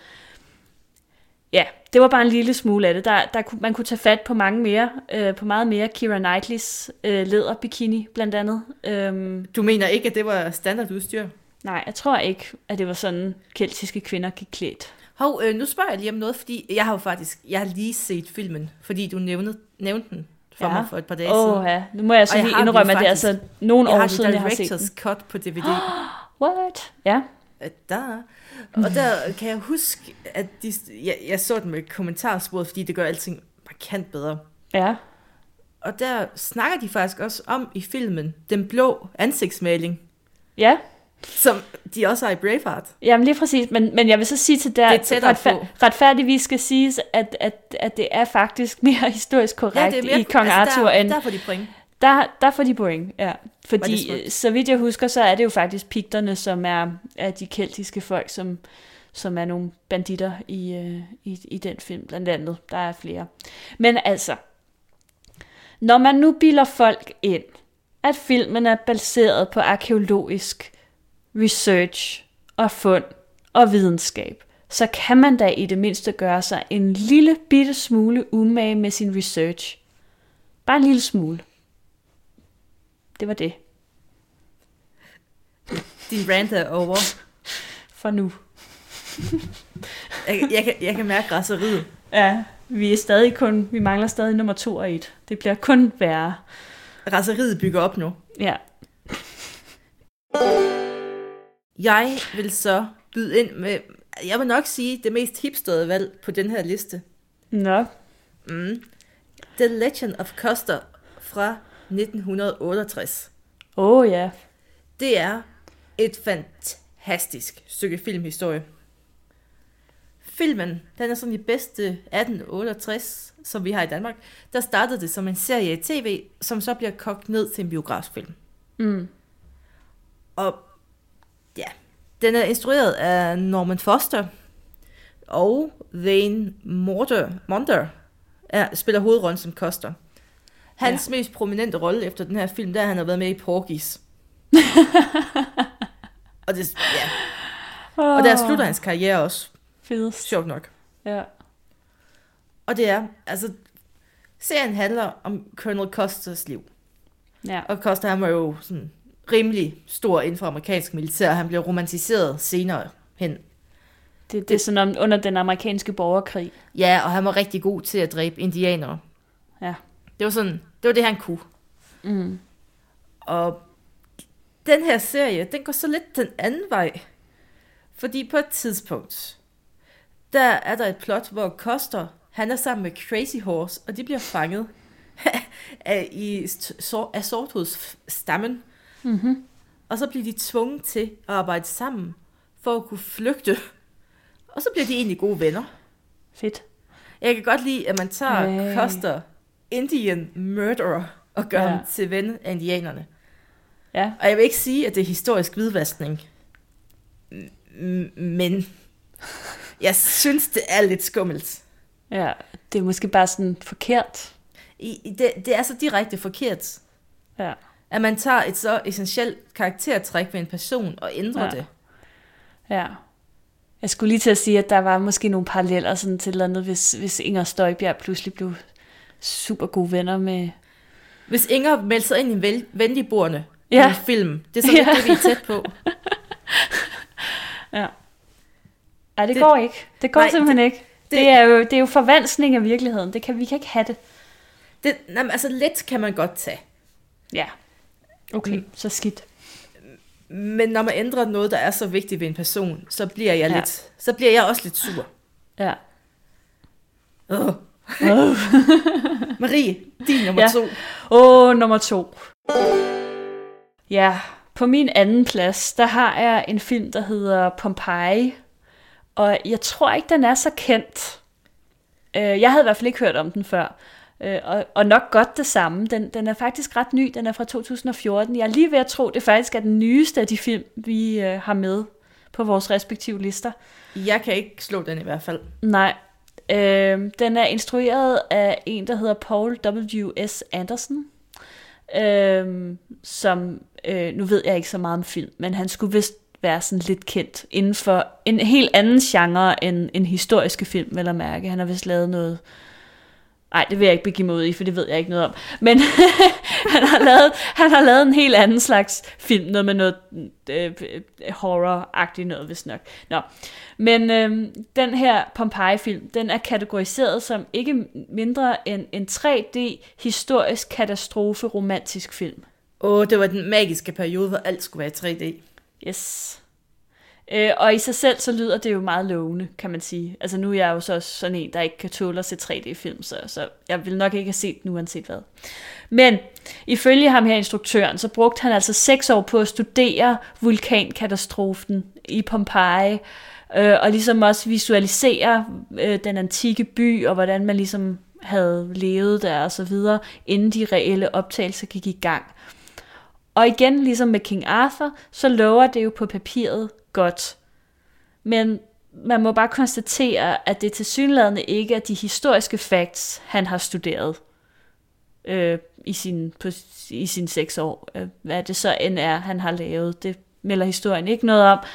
Ja, det var bare en lille smule af det. Der, der, man kunne tage fat på mange mere, øh, på meget mere. Keira Knightleys øh, læderbikini, blandt andet. Øhm, du mener ikke, at det var standardudstyr? Nej, jeg tror ikke, at det var sådan, keltiske kvinder gik klædt. Hov, øh, nu spørger jeg lige om noget, fordi jeg har jo faktisk, jeg har lige set filmen, fordi du nævnte, nævnte den for ja. mig for et par dage oh, siden. Ja, nu må jeg så lige indrømme, at det er altså nogle år siden, jeg har set den. Jeg har director's cut på D V D. What? Ja. Der. Og der kan jeg huske, at de, jeg, jeg så den med kommentarsporet, fordi det gør alting markant bedre. Ja. Og der snakker de faktisk også om i filmen den blå ansigtsmaling. Ja. Som de også har i Braveheart. Jamen lige præcis, men, men jeg vil så sige til der, at retfær- retfærdigvis skal siges, at, at, at det er faktisk mere historisk korrekt ja, mere, i Kong altså Arthur der, end... Der får de point. Der, der får de point, ja. Fordi, så vidt jeg husker, så er det jo faktisk pigterne, som er, er de keltiske folk, som, som er nogle banditter i, øh, i, i den film, blandt andet. Der er flere. Men altså, når man nu bilder folk ind, at filmen er baseret på arkæologisk research og fund og videnskab, så kan man da i det mindste gøre sig en lille bitte smule umage med sin research. Bare en lille smule. Det var det. Din rant er over. For nu. jeg, jeg, kan, jeg kan mærke raseriet. Ja, vi er stadig kun, vi mangler stadig nummer to og et. Det bliver kun værre. Raseriet bygger op nu. Ja. Jeg vil så byde ind med, jeg vil nok sige, det mest hipsterede valg på den her liste. Nå. Mm. The Legend of Custer fra nitten otteogtres. Åh oh, ja. Det er et fantastisk stykke filmhistorie. Filmen, den er sådan i bedste atten otteogtres, som vi har i Danmark. Der startede det som en serie i tv, som så bliver kogt ned til en biografsfilm. Mm. Og ja, den er instrueret af Norman Foster, og Wayne Maunder, Maunder er, spiller hovedrollen som Custer. Hans ja. mest prominente rolle efter den her film, der han har været med i Porky's. og det, ja. Og der slutter hans karriere også. Fedest. Sjovt nok. Ja. Og det er, altså, serien handler om Colonel Custers liv. Ja. Og Custer, han var jo sådan rimelig stor inden for amerikansk militær. Han blev romantiseret senere hen. Det, det er sådan om, under den amerikanske borgerkrig. Ja, og han var rigtig god til at dræbe indianere. Ja. Det var sådan, det var det, han kunne. Mm. Og den her serie, den går så lidt den anden vej. Fordi på et tidspunkt, der er der et plot, hvor Custer, han er sammen med Crazy Horse, og de bliver fanget af, i, af sorthudsstammen. Mm-hmm. Og så bliver de tvunget til at arbejde sammen, for at kunne flygte. Og så bliver de egentlig gode venner. Fedt. Jeg kan godt lide, at man tager hey. Custer, Indian murderer, og gør ja. ham til ven af indianerne. Ja. Og jeg vil ikke sige, at det er historisk hvidvaskning. Men jeg synes, det er lidt skummelt. Ja, det er måske bare sådan forkert. I, det, det er så direkte forkert. Ja. At man tager et så essentielt karaktertræk ved en person og ændrer ja. det. Ja. Jeg skulle lige til at sige, at der var måske nogle paralleller sådan til noget, hvis, hvis Inger Støjbjerg pludselig blev super gode venner med... Hvis Inger meldte sig ind i en vel, venligbordet ja. i en film, det er sådan ja. det, vi er tæt på. Ja. Ej, det, det går ikke. Det går nej, simpelthen det, ikke. Det, det, er jo, det er jo forvanskning af virkeligheden. Det kan, vi kan ikke have det. det nej, altså lidt kan man godt tage. Ja. Okay, mm. så skidt. Men når man ændrer noget, der er så vigtigt ved en person, så bliver jeg, ja. lidt, så bliver jeg også lidt sur. Ja. Oh. Oh. Marie, din nummer ja. to. Åh, oh, nummer to. Ja, på min anden plads, der har jeg en film, der hedder Pompeii. Og jeg tror ikke, den er så kendt. Jeg havde i hvert fald ikke hørt om den før. Og, og nok godt det samme. Den, den er faktisk ret ny. Den er fra to tusind og fjorten. Jeg er lige ved at tro, det faktisk er den nyeste af de film, vi øh, har med på vores respektive lister. Jeg kan ikke slå den i hvert fald. Nej. Øh, den er instrueret af en, der hedder Paul W S Anderson. Øh, som, øh, nu ved jeg ikke så meget om film, men han skulle vist være sådan lidt kendt inden for en helt anden genre end en historiske film, vel at mærke. Han har vist lavet noget... Nej, det vil jeg ikke begive mig ud i, for det ved jeg ikke noget om. Men han, har lavet, han har lavet en helt anden slags film, noget med noget øh, horror-agtigt noget, vist nok. Nå. Men øh, den her Pompeii-film, den er kategoriseret som ikke mindre end en tre D historisk katastrofe romantisk film. Åh, oh, det var den magiske periode, hvor alt skulle være tre D. Yes. Øh, og i sig selv, så lyder det jo meget lovende, kan man sige. Altså nu er jeg jo så sådan en, der ikke kan tåle at se tre D-film, så, så jeg vil nok ikke have set den uanset hvad. Men ifølge ham her instruktøren, så brugte han altså seks år på at studere vulkankatastrofen i Pompeii, øh, og ligesom også visualisere øh, den antikke by, og hvordan man ligesom havde levet der og så videre, inden de reelle optagelser gik i gang. Og igen, ligesom med King Arthur, så lover det jo på papiret godt. Men man må bare konstatere, at det tilsyneladende ikke er de historiske facts, han har studeret øh, i sin på, i sine seks år. Hvad det så end er, han har lavet, det melder historien ikke noget om.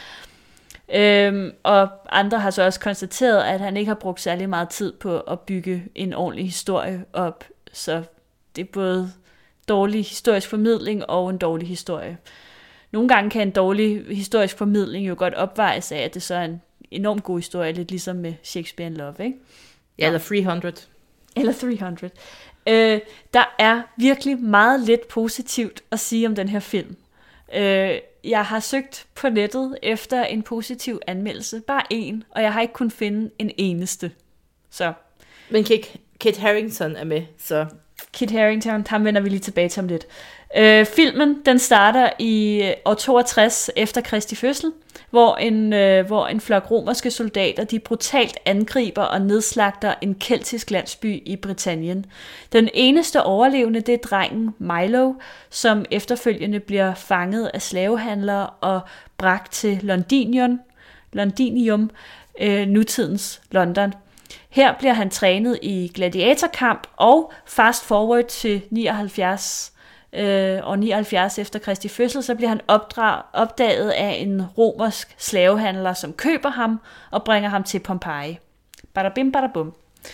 Øhm, og andre har så også konstateret, at han ikke har brugt særlig meget tid på at bygge en ordentlig historie op. Så det er både dårlig historisk formidling og en dårlig historie. Nogle gange kan en dårlig historisk formidling jo godt opvejes af, at det så er en enormt god historie, lidt ligesom med Shakespeare in Love, ikke? Ja, eller tre hundrede. Eller tre hundrede. Øh, der er virkelig meget lidt positivt at sige om den her film. Øh, jeg har søgt på nettet efter en positiv anmeldelse, bare en, og jeg har ikke kunnet finde en eneste. Så. Men Kit, Kit Harington er med, så... Kit Harington, ham vender vi lige tilbage til om lidt. Øh, filmen, den starter i år toogtres efter Kristi fødsel, hvor en, øh, hvor en flok romerske soldater, de brutalt angriber og nedslagter en keltisk landsby i Britannien. Den eneste overlevende, det er drengen Milo, som efterfølgende bliver fanget af slavehandlere og bragt til Londinium, Londinium øh, nutidens London. Her bliver han trænet i gladiatorkamp, og fast forward til nioghalvfjerds, øh, år nioghalvfjerds efter Kristi fødsel, så bliver han opdrag, opdaget af en romersk slavehandler, som køber ham og bringer ham til Pompeii. Badabim, badabum.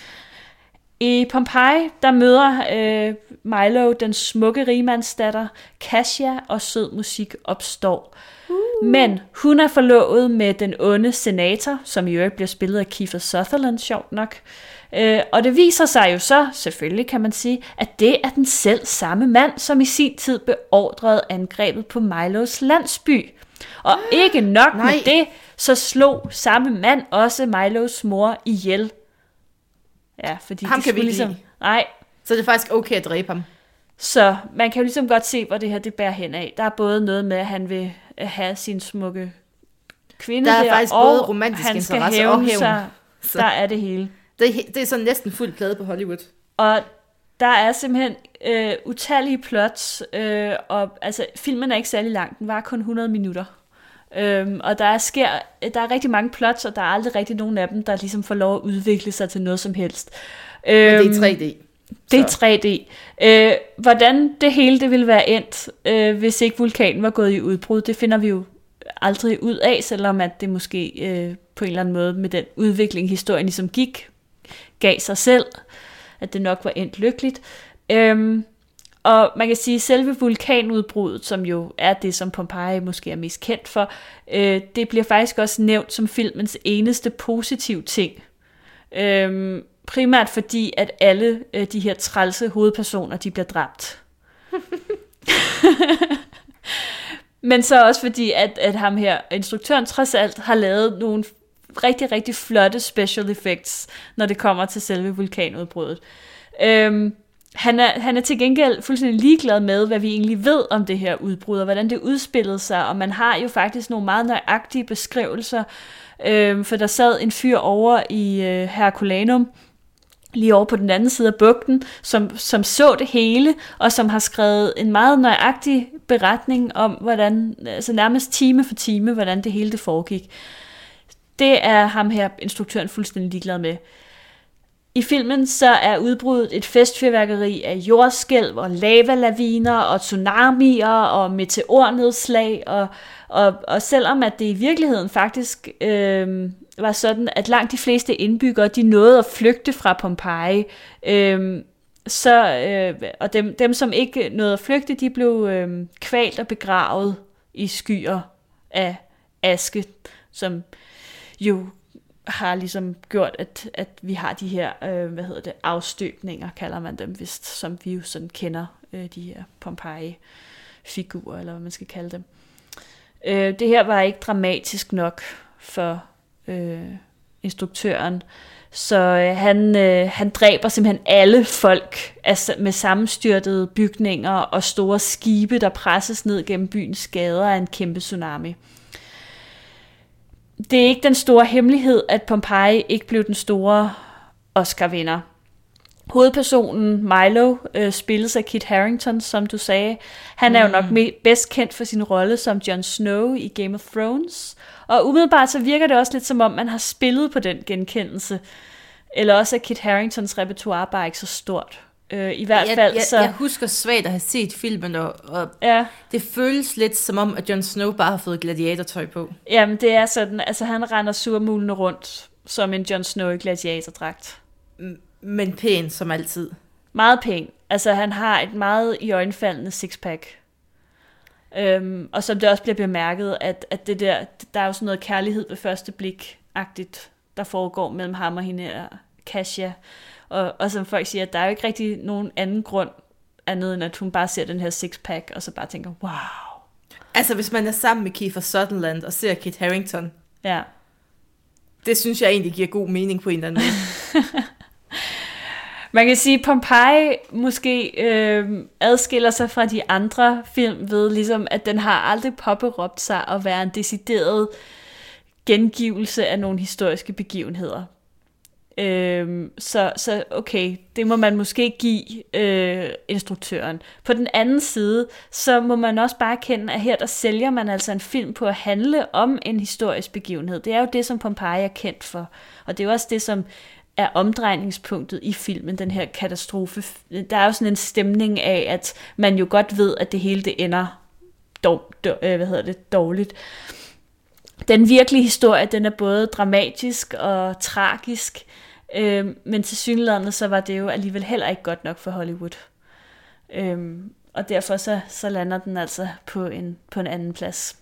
I Pompeii, der møder øh, Milo den smukke rigmandsdatter Cassia, og sød musik opstår. Uh. Men hun er forlovet med den onde senator, som i øvrigt bliver spillet af Kiefer Sutherland, sjovt nok. Øh, og det viser sig jo så, selvfølgelig kan man sige, at det er den selv samme mand, som i sin tid beordrede angrebet på Milos landsby. Og ikke nok Nej. med det, så slog samme mand også Milos mor ihjel. Ja, fordi ham de kan vi ikke ligesom... lide. Nej. Så det er faktisk okay at dræbe ham. Så man kan jo ligesom godt se, hvor det her det bærer hen af. Der er både noget med, at han vil have sin smukke kvinde der, der er faktisk og både romantisk han skal interesse hævne og hævn. sig. Så. Der er det hele. Det, det er sådan næsten fuld plade på Hollywood. Og der er simpelthen øh, utallige plots, øh, og altså, filmen er ikke særlig lang, den var kun hundrede minutter. Øhm, og der er, sker, der er rigtig mange plots, og der er aldrig rigtig nogen af dem, der ligesom får lov at udvikle sig til noget som helst. Øhm, Men det er tre D. Det er tre D. Øh, hvordan det hele det ville være endt, øh, hvis ikke vulkanen var gået i udbrud, det finder vi jo aldrig ud af, selvom at det måske øh, på en eller anden måde med den udvikling, historien ligesom gik, gav sig selv, at det nok var endt lykkeligt. Øhm, og man kan sige, at selve vulkanudbruddet, som jo er det, som Pompeii måske er mest kendt for, øh, det bliver faktisk også nævnt som filmens eneste positive ting. Øhm, primært fordi, at alle øh, de her trælse hovedpersoner, de bliver dræbt. Men så også fordi, at, at ham her, instruktøren, trods alt har lavet nogle rigtig, rigtig flotte special effects, når det kommer til selve vulkanudbruddet. Øhm, han, er, han er til gengæld fuldstændig ligeglad med, hvad vi egentlig ved om det her udbrud, og hvordan det udspillede sig, og man har jo faktisk nogle meget nøjagtige beskrivelser, øhm, for der sad en fyr over i øh, Herculanum, lige over på den anden side af bugten, som, som så det hele, og som har skrevet en meget nøjagtig beretning om, hvordan, altså nærmest time for time, hvordan det hele det foregik. Det er ham her, instruktøren, fuldstændig ligeglad med. I filmen så er udbruddet et festfyrværkeri af jordskælv og lavalaviner og tsunamier og meteornedslag, og, og, og selvom at det i virkeligheden faktisk øh, var sådan, at langt de fleste indbyggere, de nåede at flygte fra Pompeji, øh, så, øh, og dem, dem som ikke nåede at flygte, de blev øh, kvalt og begravet i skyer af aske, som jo har ligesom gjort, at, at vi har de her, øh, hvad hedder det, afstøbninger, kalder man dem vist, som vi jo sådan kender, øh, de her Pompeji-figurer, eller hvad man skal kalde dem. Øh, det her var ikke dramatisk nok for øh, instruktøren, så øh, han, øh, han dræber simpelthen alle folk altså med sammenstyrtede bygninger og store skibe, der presses ned gennem byens gader af en kæmpe tsunami. Det er ikke den store hemmelighed, at Pompeji ikke blev den store Oscar-vinder. Hovedpersonen Milo øh, spilles af Kit Harington, som du sagde. Han er mm. jo nok me- bedst kendt for sin rolle som Jon Snow i Game of Thrones. Og umiddelbart så virker det også lidt som om, man har spillet på den genkendelse. Eller også at Kit Haringtons repertoire bare ikke så stort. Øh, I hvert fald jeg, jeg, så... Jeg husker svagt at have set filmen, og, og ja. Det føles lidt som om, at Jon Snow bare har fået gladiatortøj på. Jamen, det er sådan, altså han render surmulende rundt som en Jon Snow i gladiatordragt. Men pæn, som altid. Meget pæn. Altså, han har et meget iøjnefaldende sixpack. Øhm, og som det også bliver bemærket, at, at det der, der er jo sådan noget kærlighed ved første blik-agtigt, der foregår mellem ham og hende her, Kasia. Og, og som folk siger, der er jo ikke rigtig nogen anden grund andet, end at hun bare ser den her sixpack, og så bare tænker, wow. Altså, hvis man er sammen med Kiefer Sutherland og ser Kit Harington, ja. Det synes jeg egentlig giver god mening på en eller anden måde. Man kan sige, at Pompeji måske øh, adskiller sig fra de andre film ved, ligesom, at den har aldrig påberåbt sig at være en decideret gengivelse af nogle historiske begivenheder. Øh, så, så okay, det må man måske give øh, instruktøren. På den anden side, så må man også bare kende, at her der sælger man altså en film på at handle om en historisk begivenhed. Det er jo det, som Pompeji er kendt for. Og det er jo også det, som er omdrejningspunktet i filmen, den her katastrofe. Der er jo sådan en stemning af, at man jo godt ved, at det hele det ender dog, dog, øh, hvad hedder det, dårligt. Den virkelige historie, den er både dramatisk og tragisk, øh, men tilsyneladende så var det jo alligevel heller ikke godt nok for Hollywood. Øh, og derfor så, så lander den altså på en, på en anden plads.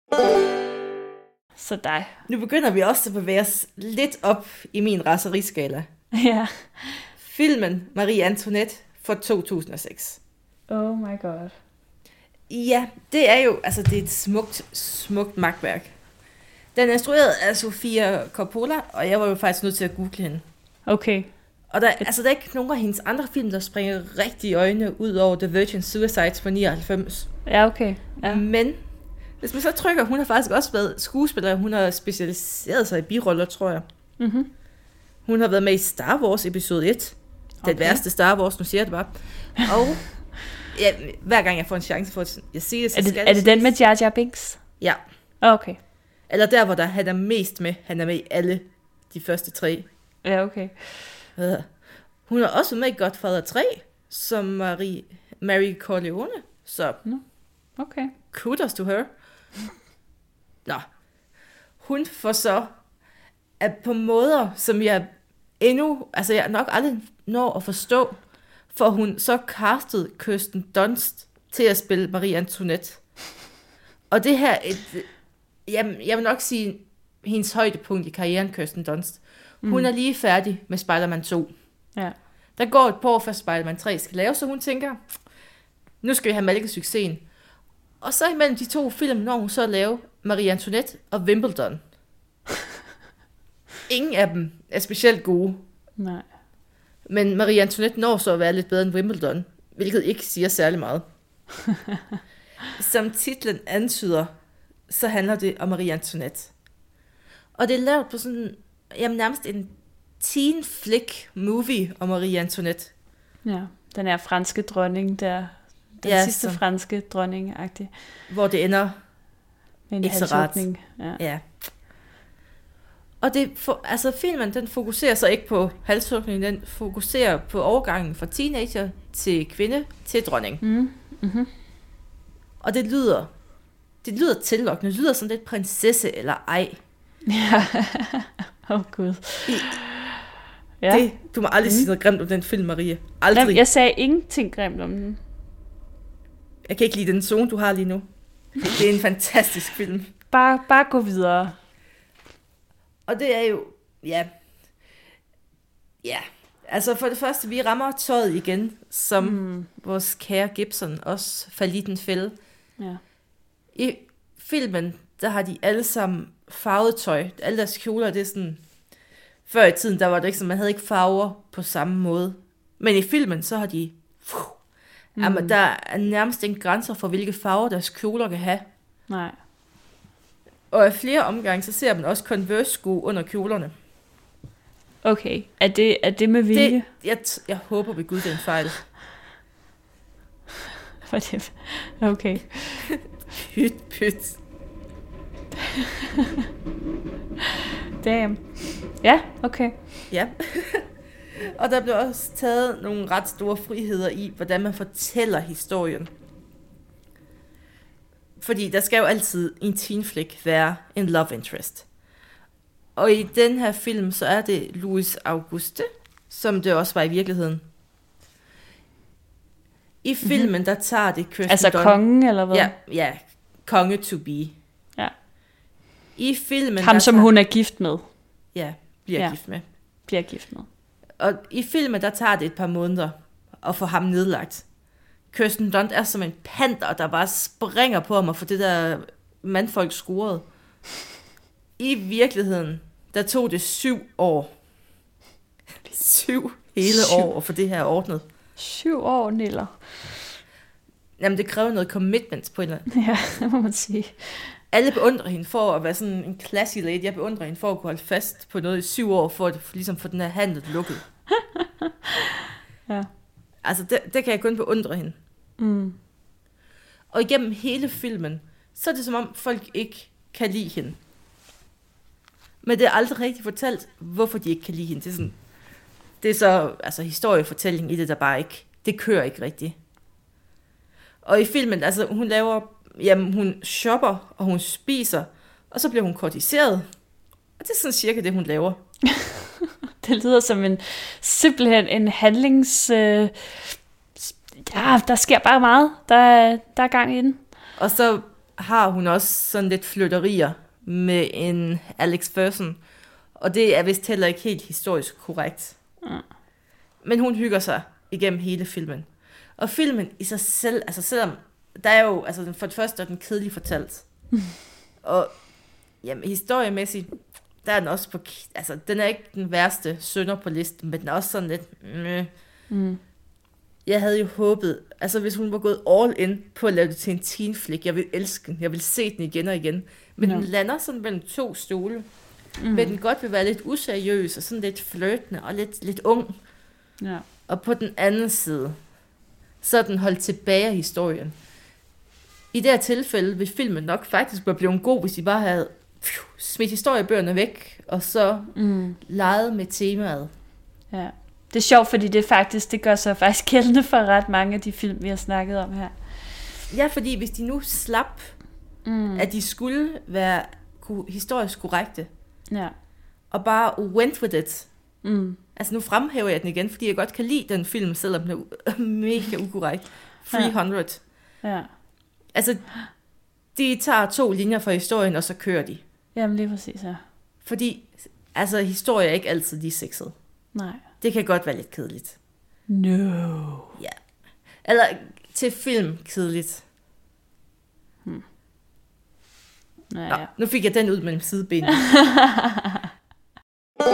Så dig. Nu begynder vi også at bevæge os lidt op i min raseriskala. Ja. Filmen Marie Antoinette fra to tusind og seks. Oh my god. Ja, det er jo, altså det er et smukt, smukt magtværk. Den er instrueret af Sofia Coppola, og jeg var jo faktisk nødt til at google hende. Okay. Og der, altså, der er ikke nogen af hendes andre film, der springer rigtig i øjnene ud over The Virgin Suicides fra nioghalvfems. Ja, okay. Ja. Men hvis man så trykker, hun har faktisk også været skuespiller, hun har specialiseret sig i biroller, tror jeg. Mm-hmm. Hun har været med i Star Wars episode et. Den okay. værste Star Wars, nu siger jeg det bare. Og ja, hver gang jeg får en chance for at jeg siger det, så er det, skal er det den med Jar Jar Binks? Ja. Okay. Eller der, hvor der, han er mest med. Han er med i alle de første tre. Ja, okay. Uh, hun er også med i Godfather tre, som Marie, Mary Corleone. Så no. Okay. Kudos to her. Nå. Hun får så, at på måder, som jeg endnu, altså jeg nok aldrig når at forstå, for hun så castet Kirsten Dunst til at spille Marie Antoinette. Og det her, et, jeg, jeg vil nok sige, hendes højdepunkt i karrieren, Kirsten Dunst. Hun mm. er lige færdig med Spider-Man to. Ja. Der går et par år, før Spider-Man tre skal lave, så hun tænker, nu skal vi have malkesuccesen. Og så imellem de to film, når hun så lave Marie Antoinette og Wimbledon. ingen af dem er specielt gode. Nej. Men Marie Antoinette når så at være lidt bedre end Wimbledon, hvilket ikke siger særlig meget. Som titlen antyder, så handler det om Marie Antoinette. Og det er lavet på sådan, jamen nærmest en teen flick movie om Marie Antoinette. Ja, den er franske dronning der, den ja, sidste som, franske dronning-agtig. Hvor det ender med en ikke så ret. Ja. ja. Og det, for, altså filmen, den fokuserer så ikke på halshugningen, den fokuserer på overgangen fra teenager til kvinde til dronning. Mm. Mm-hmm. Og det lyder, det lyder tillokkende, det lyder som lidt prinsesse eller ej. Ja, åh oh, gud. I, ja. det, du må aldrig mm. sige noget grimt om den film, Marie. Aldrig. Jamen, jeg sagde ingenting grimt om den. Jeg kan ikke lide den zone, du har lige nu. Det er en fantastisk film. Bare, bare gå videre. Og det er jo, ja, ja, altså for det første, vi rammer tøjet igen, som mm. vores kære Gibson også faldt i den fælde. Ja. I filmen, der har de alle sammen farvet tøj. Alle deres kjoler, det er sådan, før i tiden, der var det ikke sådan, man havde ikke farver på samme måde. Men i filmen, så har de, fuh, mm. jamen, der er nærmest en grænser for, hvilke farver deres kjoler kan have. Nej. Og af flere omgange, så ser man også Converse-sko under kjolerne. Okay, er det, er det med vilje? Det, jeg, jeg håber ved Gud, det er en fejl. Okay. Pyt, pyt. Damn. Ja, okay. Ja. Og der blev også taget nogle ret store friheder i, hvordan man fortæller historien. Fordi der skal jo altid i en teen flick være en love interest. Og i den her film, så er det Louis Auguste, som det også var i virkeligheden. I filmen, mm-hmm. der tager det Kirsten Altså Dunst. kongen, eller hvad? Ja, ja, konge to be. Ja. I filmen, ham, der som tager... hun er gift med. Ja, bliver ja. gift med. Bliver gift med. Og i filmen, der tager det et par måneder at få ham nedlagt. Kirsten Dunst er som en panter, der bare springer på ham og får det der mandfolk scoret. I virkeligheden, der tog det syv år. Syv hele syv. år at få det her ordnet. Syv år, Niller. Jamen, det kræver noget commitment på en eller anden. Ja, det må man sige. Alle beundrer hende for at være sådan en classy lady. Jeg beundrer hende for at kunne holde fast på noget i syv år, for at ligesom få den her handel lukket. Ja. Altså, det, det kan jeg kun beundre hende. Mm. Og igennem hele filmen, så er det som om folk ikke kan lide hende. Men det er aldrig rigtig fortalt, hvorfor de ikke kan lide hende. Det er, sådan, det er så altså, historiefortælling i det, der bare ikke, det kører ikke rigtigt. Og i filmen, altså hun laver, jamen hun shopper, og hun spiser, og så bliver hun kortiseret. Og det er sådan cirka det, hun laver. Det lyder som en, simpelthen en handlings... Øh, ja, der sker bare meget. Der, der er gang i den. Og så har hun også sådan lidt flytterier med en Alex Ferguson. Og det er vist heller ikke helt historisk korrekt. Mm. Men hun hygger sig igennem hele filmen. Og filmen i sig selv, altså selvom, der er jo, altså for det første er den kedeligt fortalt. Mm. Og jamen, historiemæssigt, der er den også på, altså den er ikke den værste synder på listen, men den er også sådan lidt, mh. Mm. Jeg havde jo håbet, altså hvis hun var gået all in på at lave det til en teen flick, jeg vil elske den, jeg vil se den igen og igen. Men ja. Den lander sådan mellem to stole, mm. men den godt vil være lidt useriøs og sådan lidt flirtende og lidt, lidt ung. Ja. Og på den anden side, så er den holdt tilbage af historien. I det her tilfælde vil filmen nok faktisk være blevet god, hvis de bare havde pfiuh, smidt historiebøgerne væk, og så mm. leget med temaet. Ja. Det er sjovt, fordi det faktisk, det gør sig faktisk gældende for ret mange af de film, vi har snakket om her. Ja, fordi hvis de nu slap, mm. at de skulle være historisk korrekte, ja. Og bare went with it. Mm. Altså nu fremhæver jeg den igen, fordi jeg godt kan lide den film, selvom den er mega ukorrekt. tre hundrede. Ja. Ja. Altså, de tager to linjer fra historien, og så kører de. Jamen lige præcis, ja. Fordi, altså historie er ikke altid lige sexet. Nej. Det kan godt være lidt kedeligt. No. Ja. Eller til film kedeligt. Hmm. Ja, Nå, ja. Nu fik jeg den ud mellem sidebenene.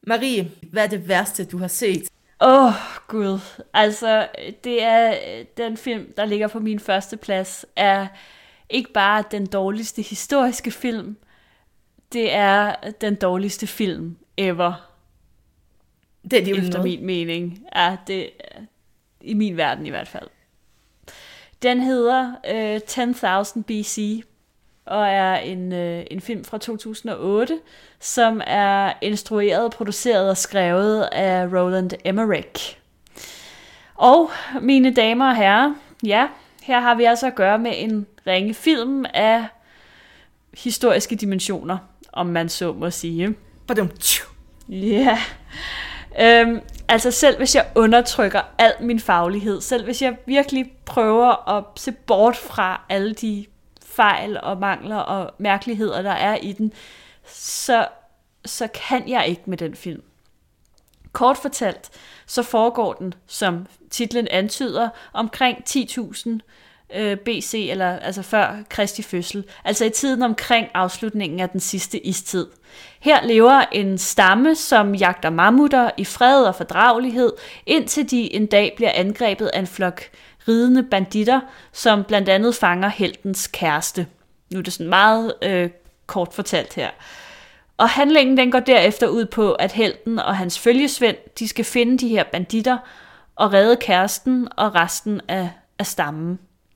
Marie, hvad er det værste, du har set? Åh, oh, gud. Altså, det er den film, der ligger på min første plads, er ikke bare den dårligste historiske film, det er den dårligste film ever. Det er det efter noget. min mening. Ja, det i min verden i hvert fald. Den hedder uh, ten thousand B C og er en, uh, en film fra to tusind og otte, som er instrueret, produceret og skrevet af Roland Emmerich. Og mine damer og herrer, ja, her har vi altså at gøre med en ringe film af historiske dimensioner, om man så må sige. Ja. Øhm, altså selv hvis jeg undertrykker al min faglighed, selv hvis jeg virkelig prøver at se bort fra alle de fejl og mangler og mærkeligheder, der er i den, så, så kan jeg ikke med den film. Kort fortalt, så foregår den, som titlen antyder, omkring ti tusind B C, eller altså før Kristi fødsel, altså i tiden omkring afslutningen af den sidste istid. Her lever en stamme, som jagter mammutter i fred og fordragelighed, indtil de en dag bliver angrebet af en flok ridende banditter, som blandt andet fanger heltens kæreste. Nu er det sådan meget øh, kort fortalt her. Og handlingen den går derefter ud på, at helten og hans følgesvend, de skal finde de her banditter og redde kæresten og resten af, af stammen.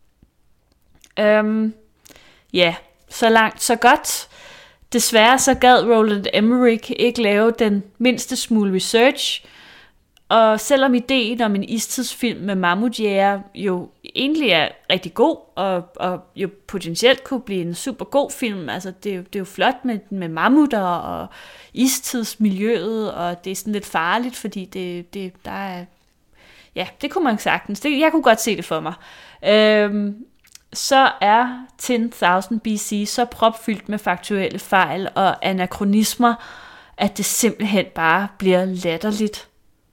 Øhm, ja, så langt, så godt. Desværre så gad Roland Emmerich ikke lave den mindste smule research, og selvom ideen om en istidsfilm med mammutjæger jo egentlig er rigtig god, og, og jo potentielt kunne blive en super god film, altså det, er jo, det er jo flot med, med mammutter og istidsmiljøet, og det er sådan lidt farligt, fordi det, det der er, ja, det kunne man sagtens, det, jeg kunne godt se det for mig. Øhm, så er ten thousand B C så propfyldt med faktuelle fejl og anakronismer, at det simpelthen bare bliver latterligt.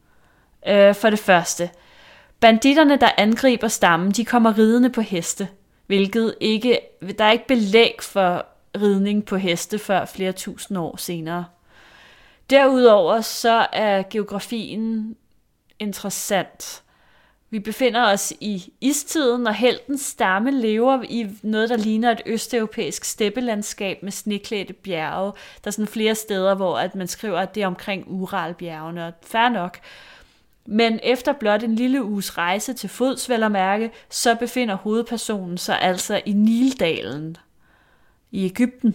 Øh, for det første, banditterne, der angriber stammen, de kommer ridende på heste, hvilket ikke, der er ikke belæg for ridning på heste før flere tusind år senere. Derudover så er geografien interessant. Vi befinder os i istiden, og heltens stamme lever i noget, der ligner et østeuropæisk steppelandskab med sneklædte bjerge. Der er sådan flere steder, hvor at man skriver, at det er omkring Uralbjergene, og fair nok. Men efter blot en lille uges rejse til fods, vel at mærke, så befinder hovedpersonen sig altså i Nildalen i Egypten.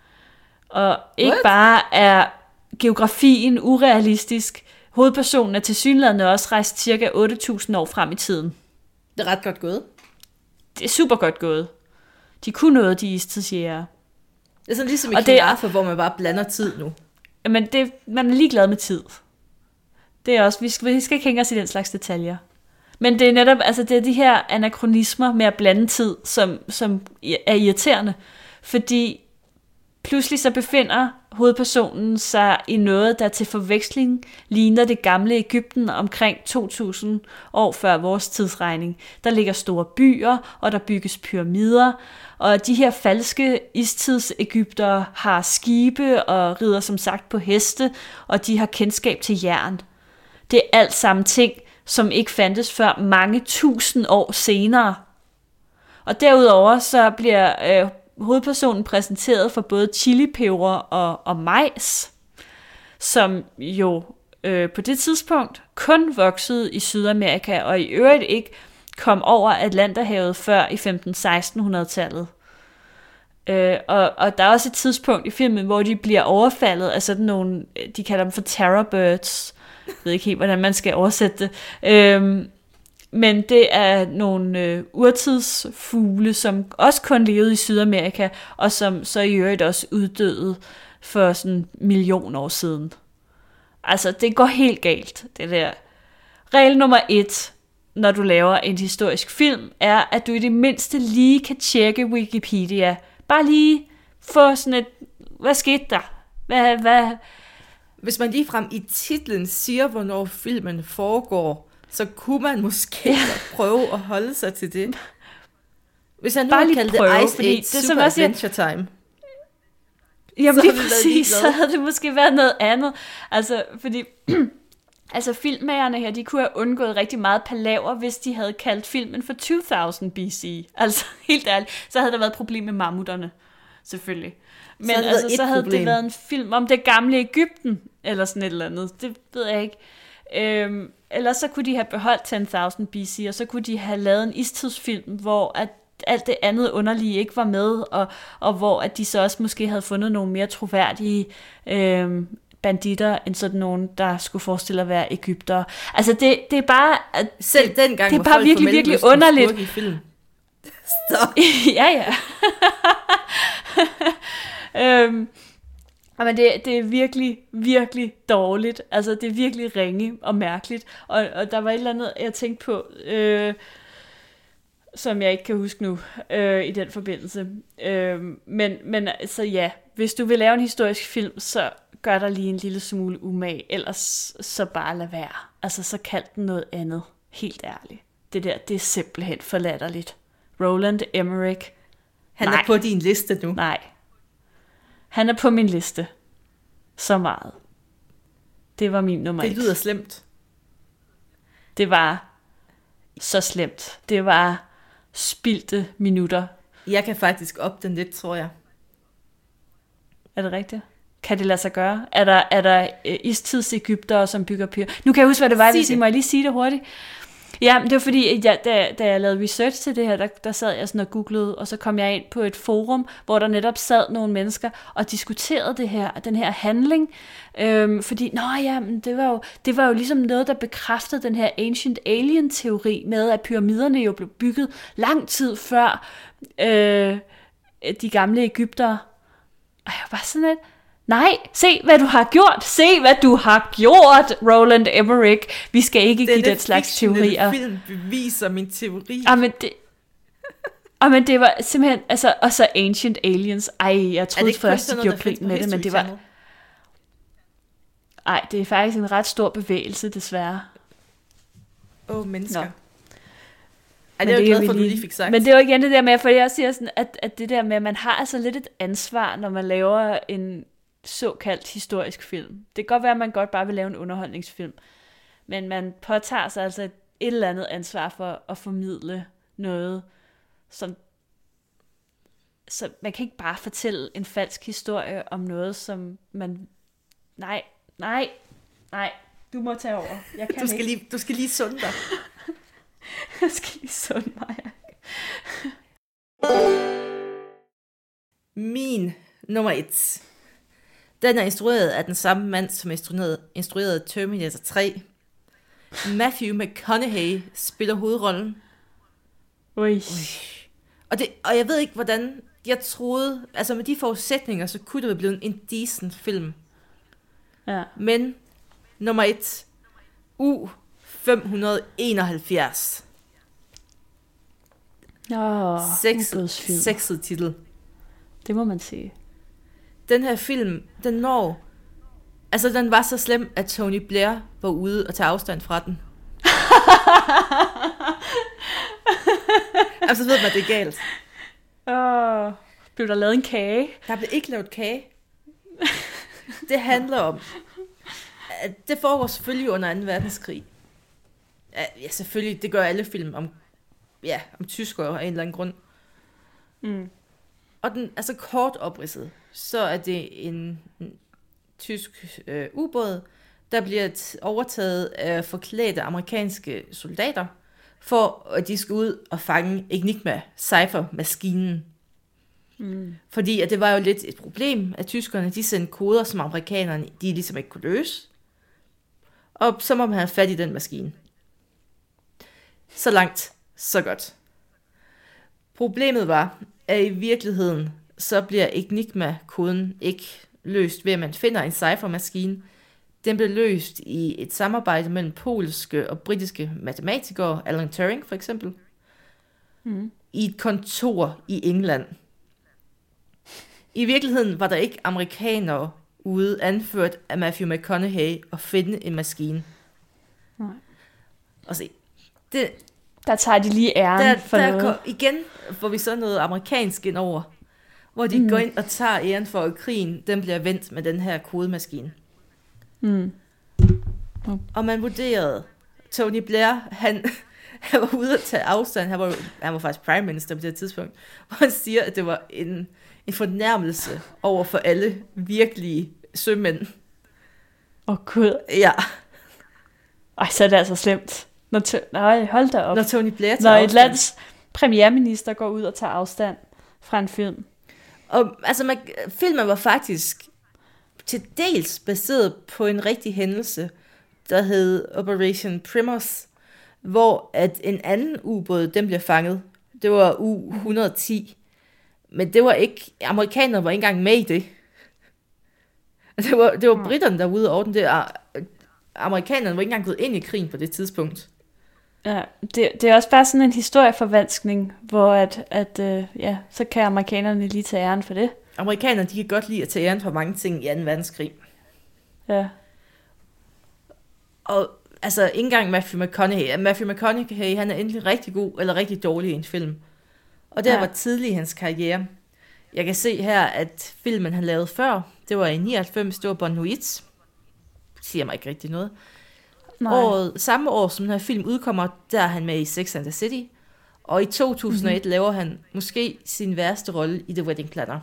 Og ikke What? bare er geografien urealistisk, hovedpersonen er tilsyneladende også rejst cirka otte tusind år frem i tiden. Det er ret godt gået. Det er super godt gået. De kunne noget, de istidsjægere. Det er sådan ligesom i Og King det- Arthur, hvor man bare blander tid nu. Men det, man er ligeglad med tid. Det er også, vi skal, vi skal ikke hænge os i den slags detaljer. Men det er netop, altså det er de her anakronismer med at blande tid, som, som er irriterende. Fordi pludselig så befinder hovedpersonen sig i noget, der til forveksling ligner det gamle Egypten omkring to tusind år før vores tidsregning. Der ligger store byer, og der bygges pyramider, og de her falske istidsegyptere har skibe og rider som sagt på heste, og de har kendskab til jern. Det er alt sammen ting, som ikke fandtes før mange tusind år senere. Og derudover så bliver øh, hovedpersonen præsenteret for både chilipeber og, og majs, som jo øh, på det tidspunkt kun voksede i Sydamerika, og i øvrigt ikke kom over Atlanterhavet før i femten-seksten-hundrede-tallet. Øh, og, og der er også et tidspunkt i filmen, hvor de bliver overfaldet af sådan nogle, de kalder dem for terror birds. Jeg ved ikke helt, hvordan man skal oversætte det. Øh, Men det er nogle øh, urtidsfugle, som også kun levede i Sydamerika, og som så i øvrigt også uddøde for sådan millioner år siden. Altså, det går helt galt, det der. Regel nummer et, når du laver en historisk film, er, at du i det mindste lige kan tjekke Wikipedia. Bare lige få sådan et, hvad skete der? Hvad, hvad? Hvis man ligefrem i titlen siger, hvornår filmen foregår, så kunne man måske prøve at holde sig til det. Hvis jeg nu Bare har lige kaldt prøve, det Ice fordi Age det er som Super også, jeg- Adventure Time. Jamen så lige havde vi været præcis, ligeglade. så havde det måske været noget andet. Altså, fordi altså filmmagerne her, de kunne have undgået rigtig meget palaver, hvis de havde kaldt filmen for to tusind B C. Altså, helt ærligt, så havde der været et problem med mammuterne, selvfølgelig. Men så havde, altså, det så havde problem. det været en film om det gamle Egypten, eller sådan et eller andet. Det ved jeg ikke. Øhm, ellers så kunne de have beholdt ti tusind B C, og så kunne de have lavet en istidsfilm, hvor at alt det andet underlige ikke var med, og, og hvor at de så også måske havde fundet nogle mere troværdige øhm, banditter, end sådan nogen, der skulle forestille at være egyptere. Altså det, det er bare... Selv det, dengang det er bare virkelig, virkelig underligt. I film. ja, ja. øhm, men det, det er virkelig, virkelig dårligt. Altså det er virkelig ringe og mærkeligt. Og, og der var et eller andet, jeg tænkte på... Øh, som jeg ikke kan huske nu øh, i den forbindelse. Øh, men, men altså ja, hvis du vil lave en historisk film, så gør der lige en lille smule umage, ellers så bare lad være. Altså så kald den noget andet, helt ærligt. Det der, det er simpelthen for latterligt. Roland Emmerich. Han Nej. er på din liste nu. Nej. Han er på min liste. Så meget. Det var min nummer Det et. lyder slemt. Det var så slemt. Det var spildte minutter. Jeg kan faktisk op den lidt, tror jeg. Er det rigtigt? Kan det lade sig gøre? Er der, er der øh, istidsegyptere, som bygger pyramide? Nu kan jeg huske, hvad det var. Jeg vil sige, må jeg lige sige det hurtigt? Ja, men det var fordi, jeg, da, da jeg lavede research til det her, der, der sad jeg sådan og googlede, og så kom jeg ind på et forum, hvor der netop sad nogle mennesker og diskuterede det her, den her handling. Øhm, fordi, nå ja, men det var, jo, det var jo ligesom noget, der bekræftede den her ancient alien-teori med, at pyramiderne jo blev bygget lang tid før øh, de gamle egyptere. Og jeg var bare sådan lidt, nej, se hvad du har gjort, se hvad du har gjort, Roland Emmerich. Vi skal ikke give den slags teorier. Den film beviser min teori. Ah, men det, ah, men det var simpelthen, altså, og så Ancient Aliens. Ej, jeg troede først, de gjorde grin med det, men det var... Ej, det er faktisk en ret stor bevægelse, desværre. Åh, oh, mennesker. Nå. Ej, det er jo glad for, at du lige fik sagt. Men det er jo igen det der med, for jeg siger sådan, at, at det der med, at man har altså lidt et ansvar, når man laver en såkaldt historisk film. Det kan godt være, at man godt bare vil lave en underholdningsfilm, men man påtager sig altså et, et eller andet ansvar for at formidle noget, som så man kan ikke bare fortælle en falsk historie om noget, som man... Nej, nej, nej, du må tage over. Jeg kan du, skal ikke. lige, du skal lige sunde dig. Jeg skal lige sunde mig. Min nummer et. Den er instrueret af den samme mand, som instruerede, instruerede Terminator tre. Matthew McConaughey spiller hovedrollen. Ui. Ui. Og, det, og jeg ved ikke, hvordan... Jeg troede... Altså med de forudsætninger, så kunne det være blevet en decent film. Ja. Men nummer et. U fem hundrede enoghalvfjerds. Åh, Sexet, sexet titel. Det må man sige. Den her film, den når... Altså, den var så slem, at Tony Blair var ude og tage afstand fra den. altså, så ved man, det er galt. Åh, blev der lavet en kage? Der blev ikke lavet kage. Det handler om... At det foregår selvfølgelig under anden verdenskrig. Ja, selvfølgelig, det gør alle film om... Ja, om tyskere af en eller anden grund. Mm. Og den, altså kort opridset, så er det en, en tysk øh, ubåd, der bliver t- overtaget af forklædte amerikanske soldater, for at de skal ud og fange Enigma Cypher-maskinen. Mm. Fordi at det var jo lidt et problem, at tyskerne de sendte koder, som amerikanerne de ligesom ikke kunne løse. Og så må man have fat i den maskine. Så langt, så godt. Problemet var, at i virkeligheden, så bliver Enigma-koden ikke løst ved, at man finder en ciphermaskine. Den blev løst i et samarbejde mellem polske og britiske matematikere, Alan Turing for eksempel, mm. i et kontor i England. I virkeligheden var der ikke amerikanere ude anført af Matthew McConaughey at finde en maskine. Nej. Og se, det... Der tager de lige æren der, for der noget. Kom, igen får vi så noget amerikansk ind over. hvor de mm. går ind og tager æren for, at krigen den bliver vendt med den her kodemaskine. Mm. Mm. Og man vurderede, Tony Blair, han, han var ude at tage afstand, han var, han var faktisk prime minister på det tidspunkt, hvor han siger, at det var en, en fornærmelse over for alle virkelige sømænd. Åh oh, gud. Ja. Ej, så er det altså slemt. Når t- Nej, hold da op. Når Tony Blair tager Når et afstand. lands premierminister går ud og tager afstand fra en film. Og altså, man, filmen var faktisk til dels baseret på en rigtig hændelse, der hed Operation Primus, hvor at en anden ubåd, den blev fanget. Det var U et hundrede og ti. Men det var ikke, amerikanerne var ikke engang med i det. Det var, det var mm. britterne, der var ude over den. Det, amerikanerne var ikke engang gået ind i krigen på det tidspunkt. Ja, det, det er også bare sådan en historieforvanskning, hvor at, at øh, ja, så kan amerikanerne lige tage æren for det. Amerikanerne, de kan godt lide at tage æren for mange ting i anden verdenskrig. Ja. Og altså, ikke engang Matthew McConaughey. Matthew McConaughey, han er enten rigtig god eller rigtig dårlig i en film. Og det ja. var tidligt i hans karriere. Jeg kan se her, at filmen han lavede før, det var i nioghalvfems, det var Bon Nuits. Det siger mig ikke rigtig noget. Året, samme år som den her film udkommer, der er han med i Sex and the City. Og i to tusind og et mm-hmm. laver han måske sin værste rolle i The Wedding Planner.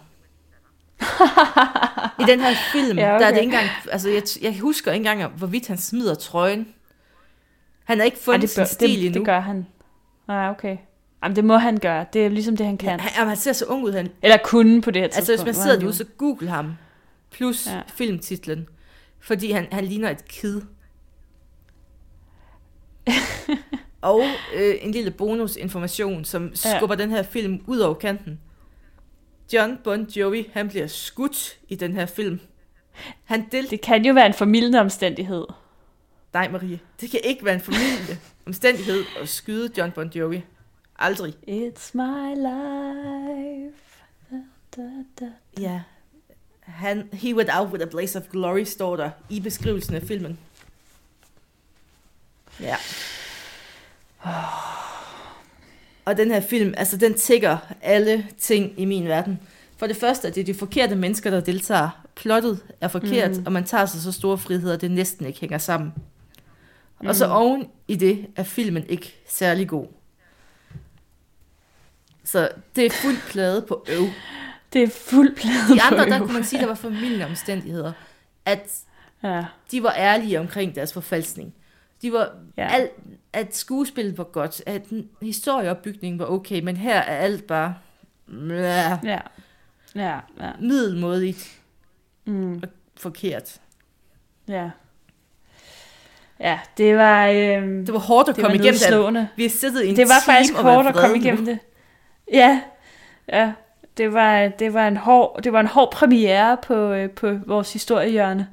I den her film, ja, okay. der er det ikke engang, altså jeg, jeg husker ikke engang, hvorvidt han smider trøjen. Han har ikke fundet Ej, det bør, sin stil det, endnu. Det gør han. Nej, okay. Jamen, det må han gøre. Det er ligesom det, han kan. Ja, han, han ser så ung ud. Han. Eller kunne på det her tidspunkt. Altså, hvis man sidder derude, så google ham. Plus ja. filmtitlen. Fordi han, han ligner et kid. Og øh, en lille bonusinformation, som ja. skubber den her film ud over kanten. John Bon Jovi, han bliver skudt i den her film. Han del- det kan jo være en formildende omstændighed. Nej, Marie. Det kan ikke være en formildende omstændighed at skyde John Bon Jovi. Aldrig. It's my life. Da, da, da. Ja. Han, he went out with a blaze of glory, står der i beskrivelsen af filmen. Ja. Og den her film, altså den tigger alle ting i min verden. For det første, at det er de forkerte mennesker, der deltager. Plottet er forkert, mm. og man tager sig så store friheder, at det næsten ikke hænger sammen. Mm. Og så oven i det er filmen ikke særlig god. Så det er fuldt plade på øv. Det er fuldt plade De andre, på der kunne man sige, der var familieomstændigheder. omstændigheder. At ja. de var ærlige omkring deres forfalskning. De var ja. alt, at skuespillet var godt, at historieopbygningen var okay, men her er alt bare ja. Ja. Ja, ja. middelmådigt mm. og forkert. Ja. Ja, det var øh, det var hårdt at komme igennem det. Vi har siddet i en Det var time faktisk hårdt at komme igennem det. Ja. Ja, det var det var en hård det var en hård premiere på på vores historiehjørne.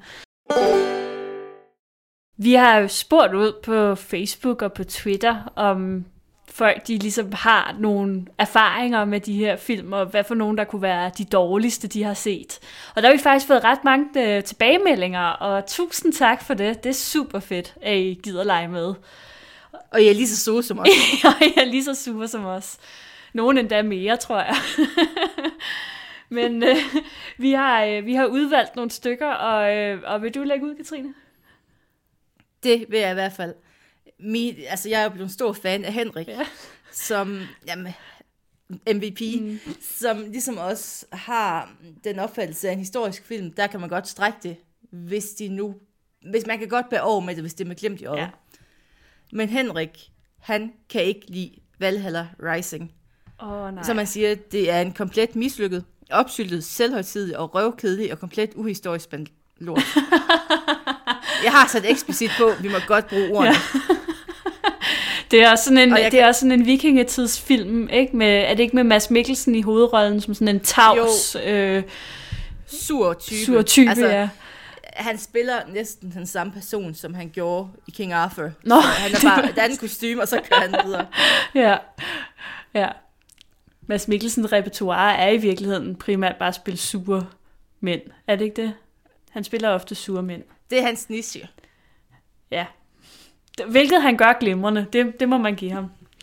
Vi har jo spurgt ud på Facebook og på Twitter, om folk de ligesom har nogle erfaringer med de her film, og hvad for nogen, der kunne være de dårligste, de har set. Og der har vi faktisk fået ret mange uh, tilbagemeldinger, og tusind tak for det. Det er super fedt, at I gider lege med. Og I er lige så sure som os. Og I er lige så sure som os. Nogen endda mere, tror jeg. Men uh, vi, har, uh, vi har udvalgt nogle stykker, og, uh, og vil du lægge ud, Katrine? Det vil jeg i hvert fald. Min, altså, jeg er jo blevet en stor fan af Henrik, ja. som jamen, M V P, mm. som ligesom også har den opfattelse af en historisk film. Der kan man godt strække det, hvis de nu... Hvis man kan godt bære over med det, hvis det er med glimt i øjet. Ja. Men Henrik, han kan ikke lide Valhalla Rising. Oh, nej. Så man siger, det er en komplet mislykket, opsyltet, selvhøjtidig og røvkedelig og komplet uhistorisk spændt lort. Jeg har sat eksplicit på, vi må godt bruge ordene. Ja. Det er også sådan en, det kan... er også sådan en vikingetidsfilm, ikke? Med, er det ikke med Mads Mikkelsen i hovedrollen, som sådan en tavs... Øh, sur type. Sur type, altså, ja. Han spiller næsten den samme person, som han gjorde i King Arthur. Nå, han er bare et andet kostume, og så kører han videre. Ja, ja. Mads Mikkelsens repertoire er i virkeligheden primært bare at spille sure mænd. Er det ikke det? Han spiller ofte sure mænd. Det er hans niche. Ja. Hvilket han gør glimrende. Det, det må man give ham.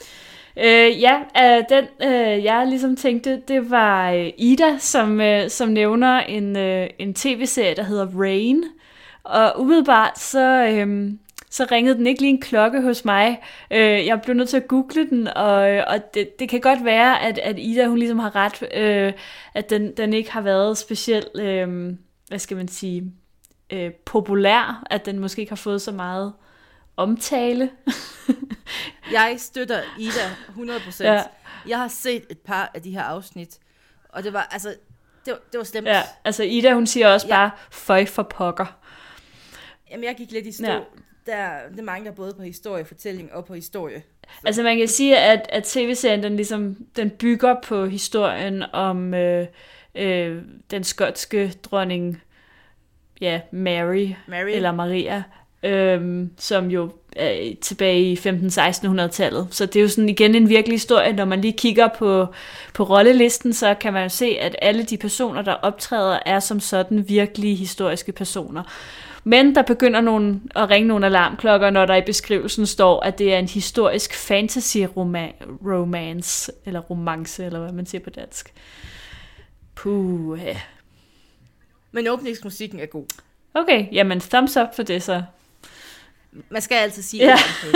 Øh, ja, øh, den øh, jeg ligesom tænkte, det var øh, Ida, som, øh, som nævner en, øh, en tv-serie, der hedder Rain. Og umiddelbart så, øh, så ringede den ikke lige en klokke hos mig. Øh, jeg blev nødt til at google den, og, og det, det kan godt være, at, at Ida hun ligesom har ret, øh, at den, den ikke har været specielt, øh, hvad skal man sige, øh, populær, at den måske ikke har fået så meget omtale. Jeg støtter Ida hundrede procent. Ja. Jeg har set et par af de her afsnit, og det var altså det var, det var slemt. Ja, altså Ida, hun siger også ja. bare føj for pokker. Jamen jeg gik lidt i stå. Ja. Der, det mangler både på historie, fortælling og på historie. Så. Altså man kan sige, at, at tv-serien den ligesom den bygger på historien om øh, øh, den skotske dronning, ja, Mary, Mary. eller Maria, øh, som jo er tilbage i femten-seksten-hundrede-tallet. Så det er jo sådan igen en virkelig historie. Når man lige kigger på, på rollelisten, så kan man jo se, at alle de personer, der optræder, er som sådan virkelige historiske personer. Men der begynder nogen at ringe nogle alarmklokker, når der i beskrivelsen står, at det er en historisk fantasy-romance, eller romance, eller hvad man siger på dansk. Puh. Men åbningsmusikken er god. Okay, jamen thumbs up for det så. Man skal altid sige ja. det.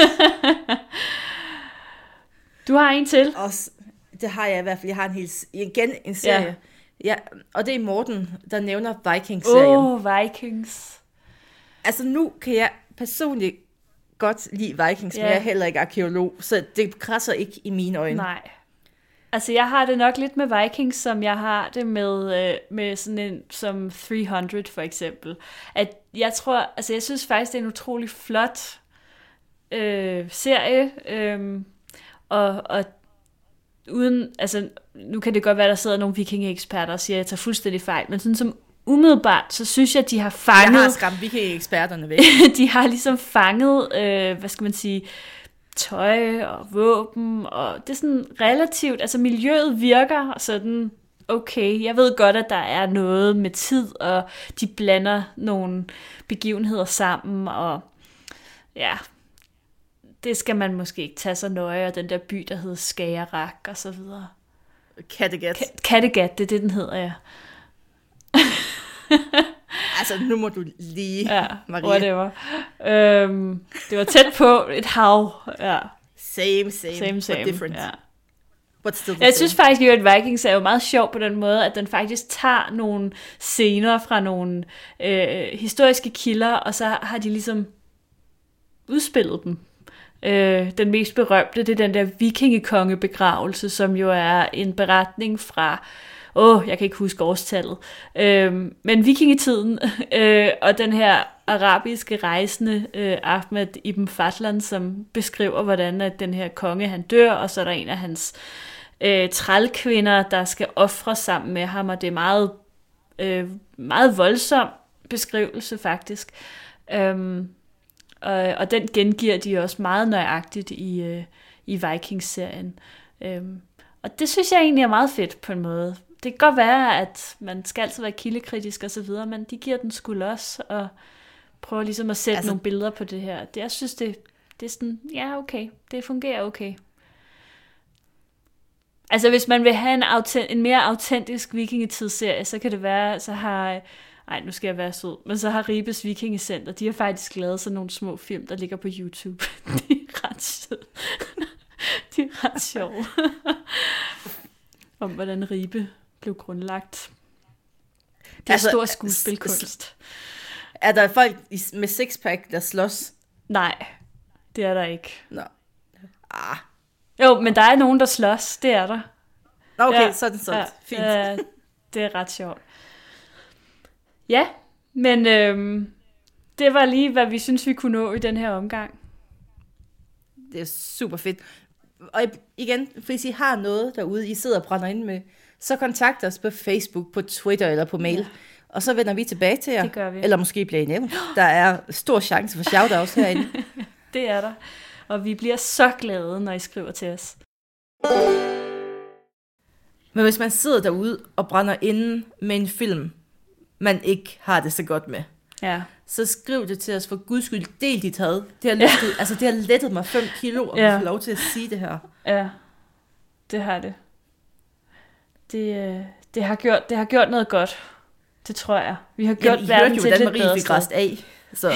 Du har en til. Også, det har jeg i hvert fald. Jeg har en hel, igen en serie. Ja. Ja, og det er Morten, der nævner Vikings-serien. Åh, oh, Vikings. Altså nu kan jeg personligt godt lide Vikings, yeah. men jeg er heller ikke arkeolog, så det krasser ikke i mine øjne. Nej. Altså jeg har det nok lidt med Vikings, som jeg har det med, øh, med sådan en som tre hundrede for eksempel. At jeg tror, altså jeg synes faktisk, det er en utrolig flot øh, serie, øh, og, og uden, altså nu kan det godt være, der sidder nogle vikingeeksperter og siger, at jeg tager fuldstændig fejl, men sådan som umiddelbart, så synes jeg, at de har fanget... Jeg har skræmt vikingeeksperterne væk. De har ligesom fanget, øh, hvad skal man sige, tøj og våben, og det er sådan relativt, altså miljøet virker sådan okay. Jeg ved godt, at der er noget med tid, og de blander nogle begivenheder sammen, og ja, det skal man måske ikke tage så nøje, og den der by, der hedder Skagerrak, og så videre. Kattegat. Ka- Kattegat, det er det, den hedder, ja. Altså, nu må du lige, ja, Maria. Whatever. Øhm, det var tæt på et hav. Ja. Same, same, same, same. but different. Ja. But still Jeg same. synes faktisk, at Vikings er jo meget sjov på den måde, at den faktisk tager nogle scener fra nogle øh, historiske kilder, og så har de ligesom udspillet dem. Øh, den mest berømte, det er den der vikingekongebegravelse, som jo er en beretning fra... Åh, oh, jeg kan ikke huske årstallet. Øhm, men vikingetiden, øh, og den her arabiske rejsende øh, Ahmed Ibn Fadlan, som beskriver, hvordan at den her konge, han dør, og så er der en af hans øh, trælkvinder, der skal ofre sammen med ham, og det er meget, øh, meget voldsom beskrivelse, faktisk. Øhm, og, og den gengiver de også meget nøjagtigt i, øh, i Vikings-serien. Øhm, og det synes jeg egentlig er meget fedt på en måde. Det kan godt være, at man skal altid være kildekritisk og så videre, men de giver den sgu også, og prøver ligesom at sætte altså, nogle billeder på det her. Det, jeg synes, det, det er sådan, ja, okay, det fungerer okay. Altså, hvis man vil have en, autent, en mere autentisk vikingetidsserie, så kan det være, så har... Ej, nu skal jeg være sød. Men så har Ribes Vikingecenter, de har faktisk lavet sådan nogle små film, der ligger på YouTube. De er ret søde. De er ret sjove. Om hvordan Ribe blev grundlagt. Det er altså, stor skuespilkunst. Er der folk med sixpack, der slås? Nej, det er der ikke. Nå. Ah. Jo, men der er nogen, der slås. Det er der. Okay, ja, sådan sådan. Ja, fint. Ja, det er ret sjovt. Ja, men øhm, det var lige, hvad vi synes, vi kunne nå i den her omgang. Det er super fedt. Og igen, hvis I har noget derude, I sidder og brænder ind med, så kontakt os på Facebook, på Twitter eller på mail. Ja. Og så vender vi tilbage til jer. Det gør vi. Eller måske bliver I nævnt. Der er stor chance for shoutouts herinde. Det er der. Og vi bliver så glade, når I skriver til os. Men hvis man sidder derude og brænder inde med en film, man ikke har det så godt med, ja. så skriv det til os for guds skyld. Del dit had. Det har, lettet, ja. altså, det har lettet mig fem kilo at ja. få lov til at sige det her. Ja. Det har det. Det, det, har, gjort, det har gjort noget godt. Det tror jeg. Vi har gjort Jamen, verden jo, til et lidt Marie bedre fik sted. rest af, så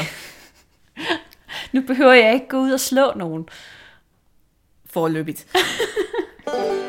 Nu behøver jeg ikke gå ud og slå nogen. forløbigt.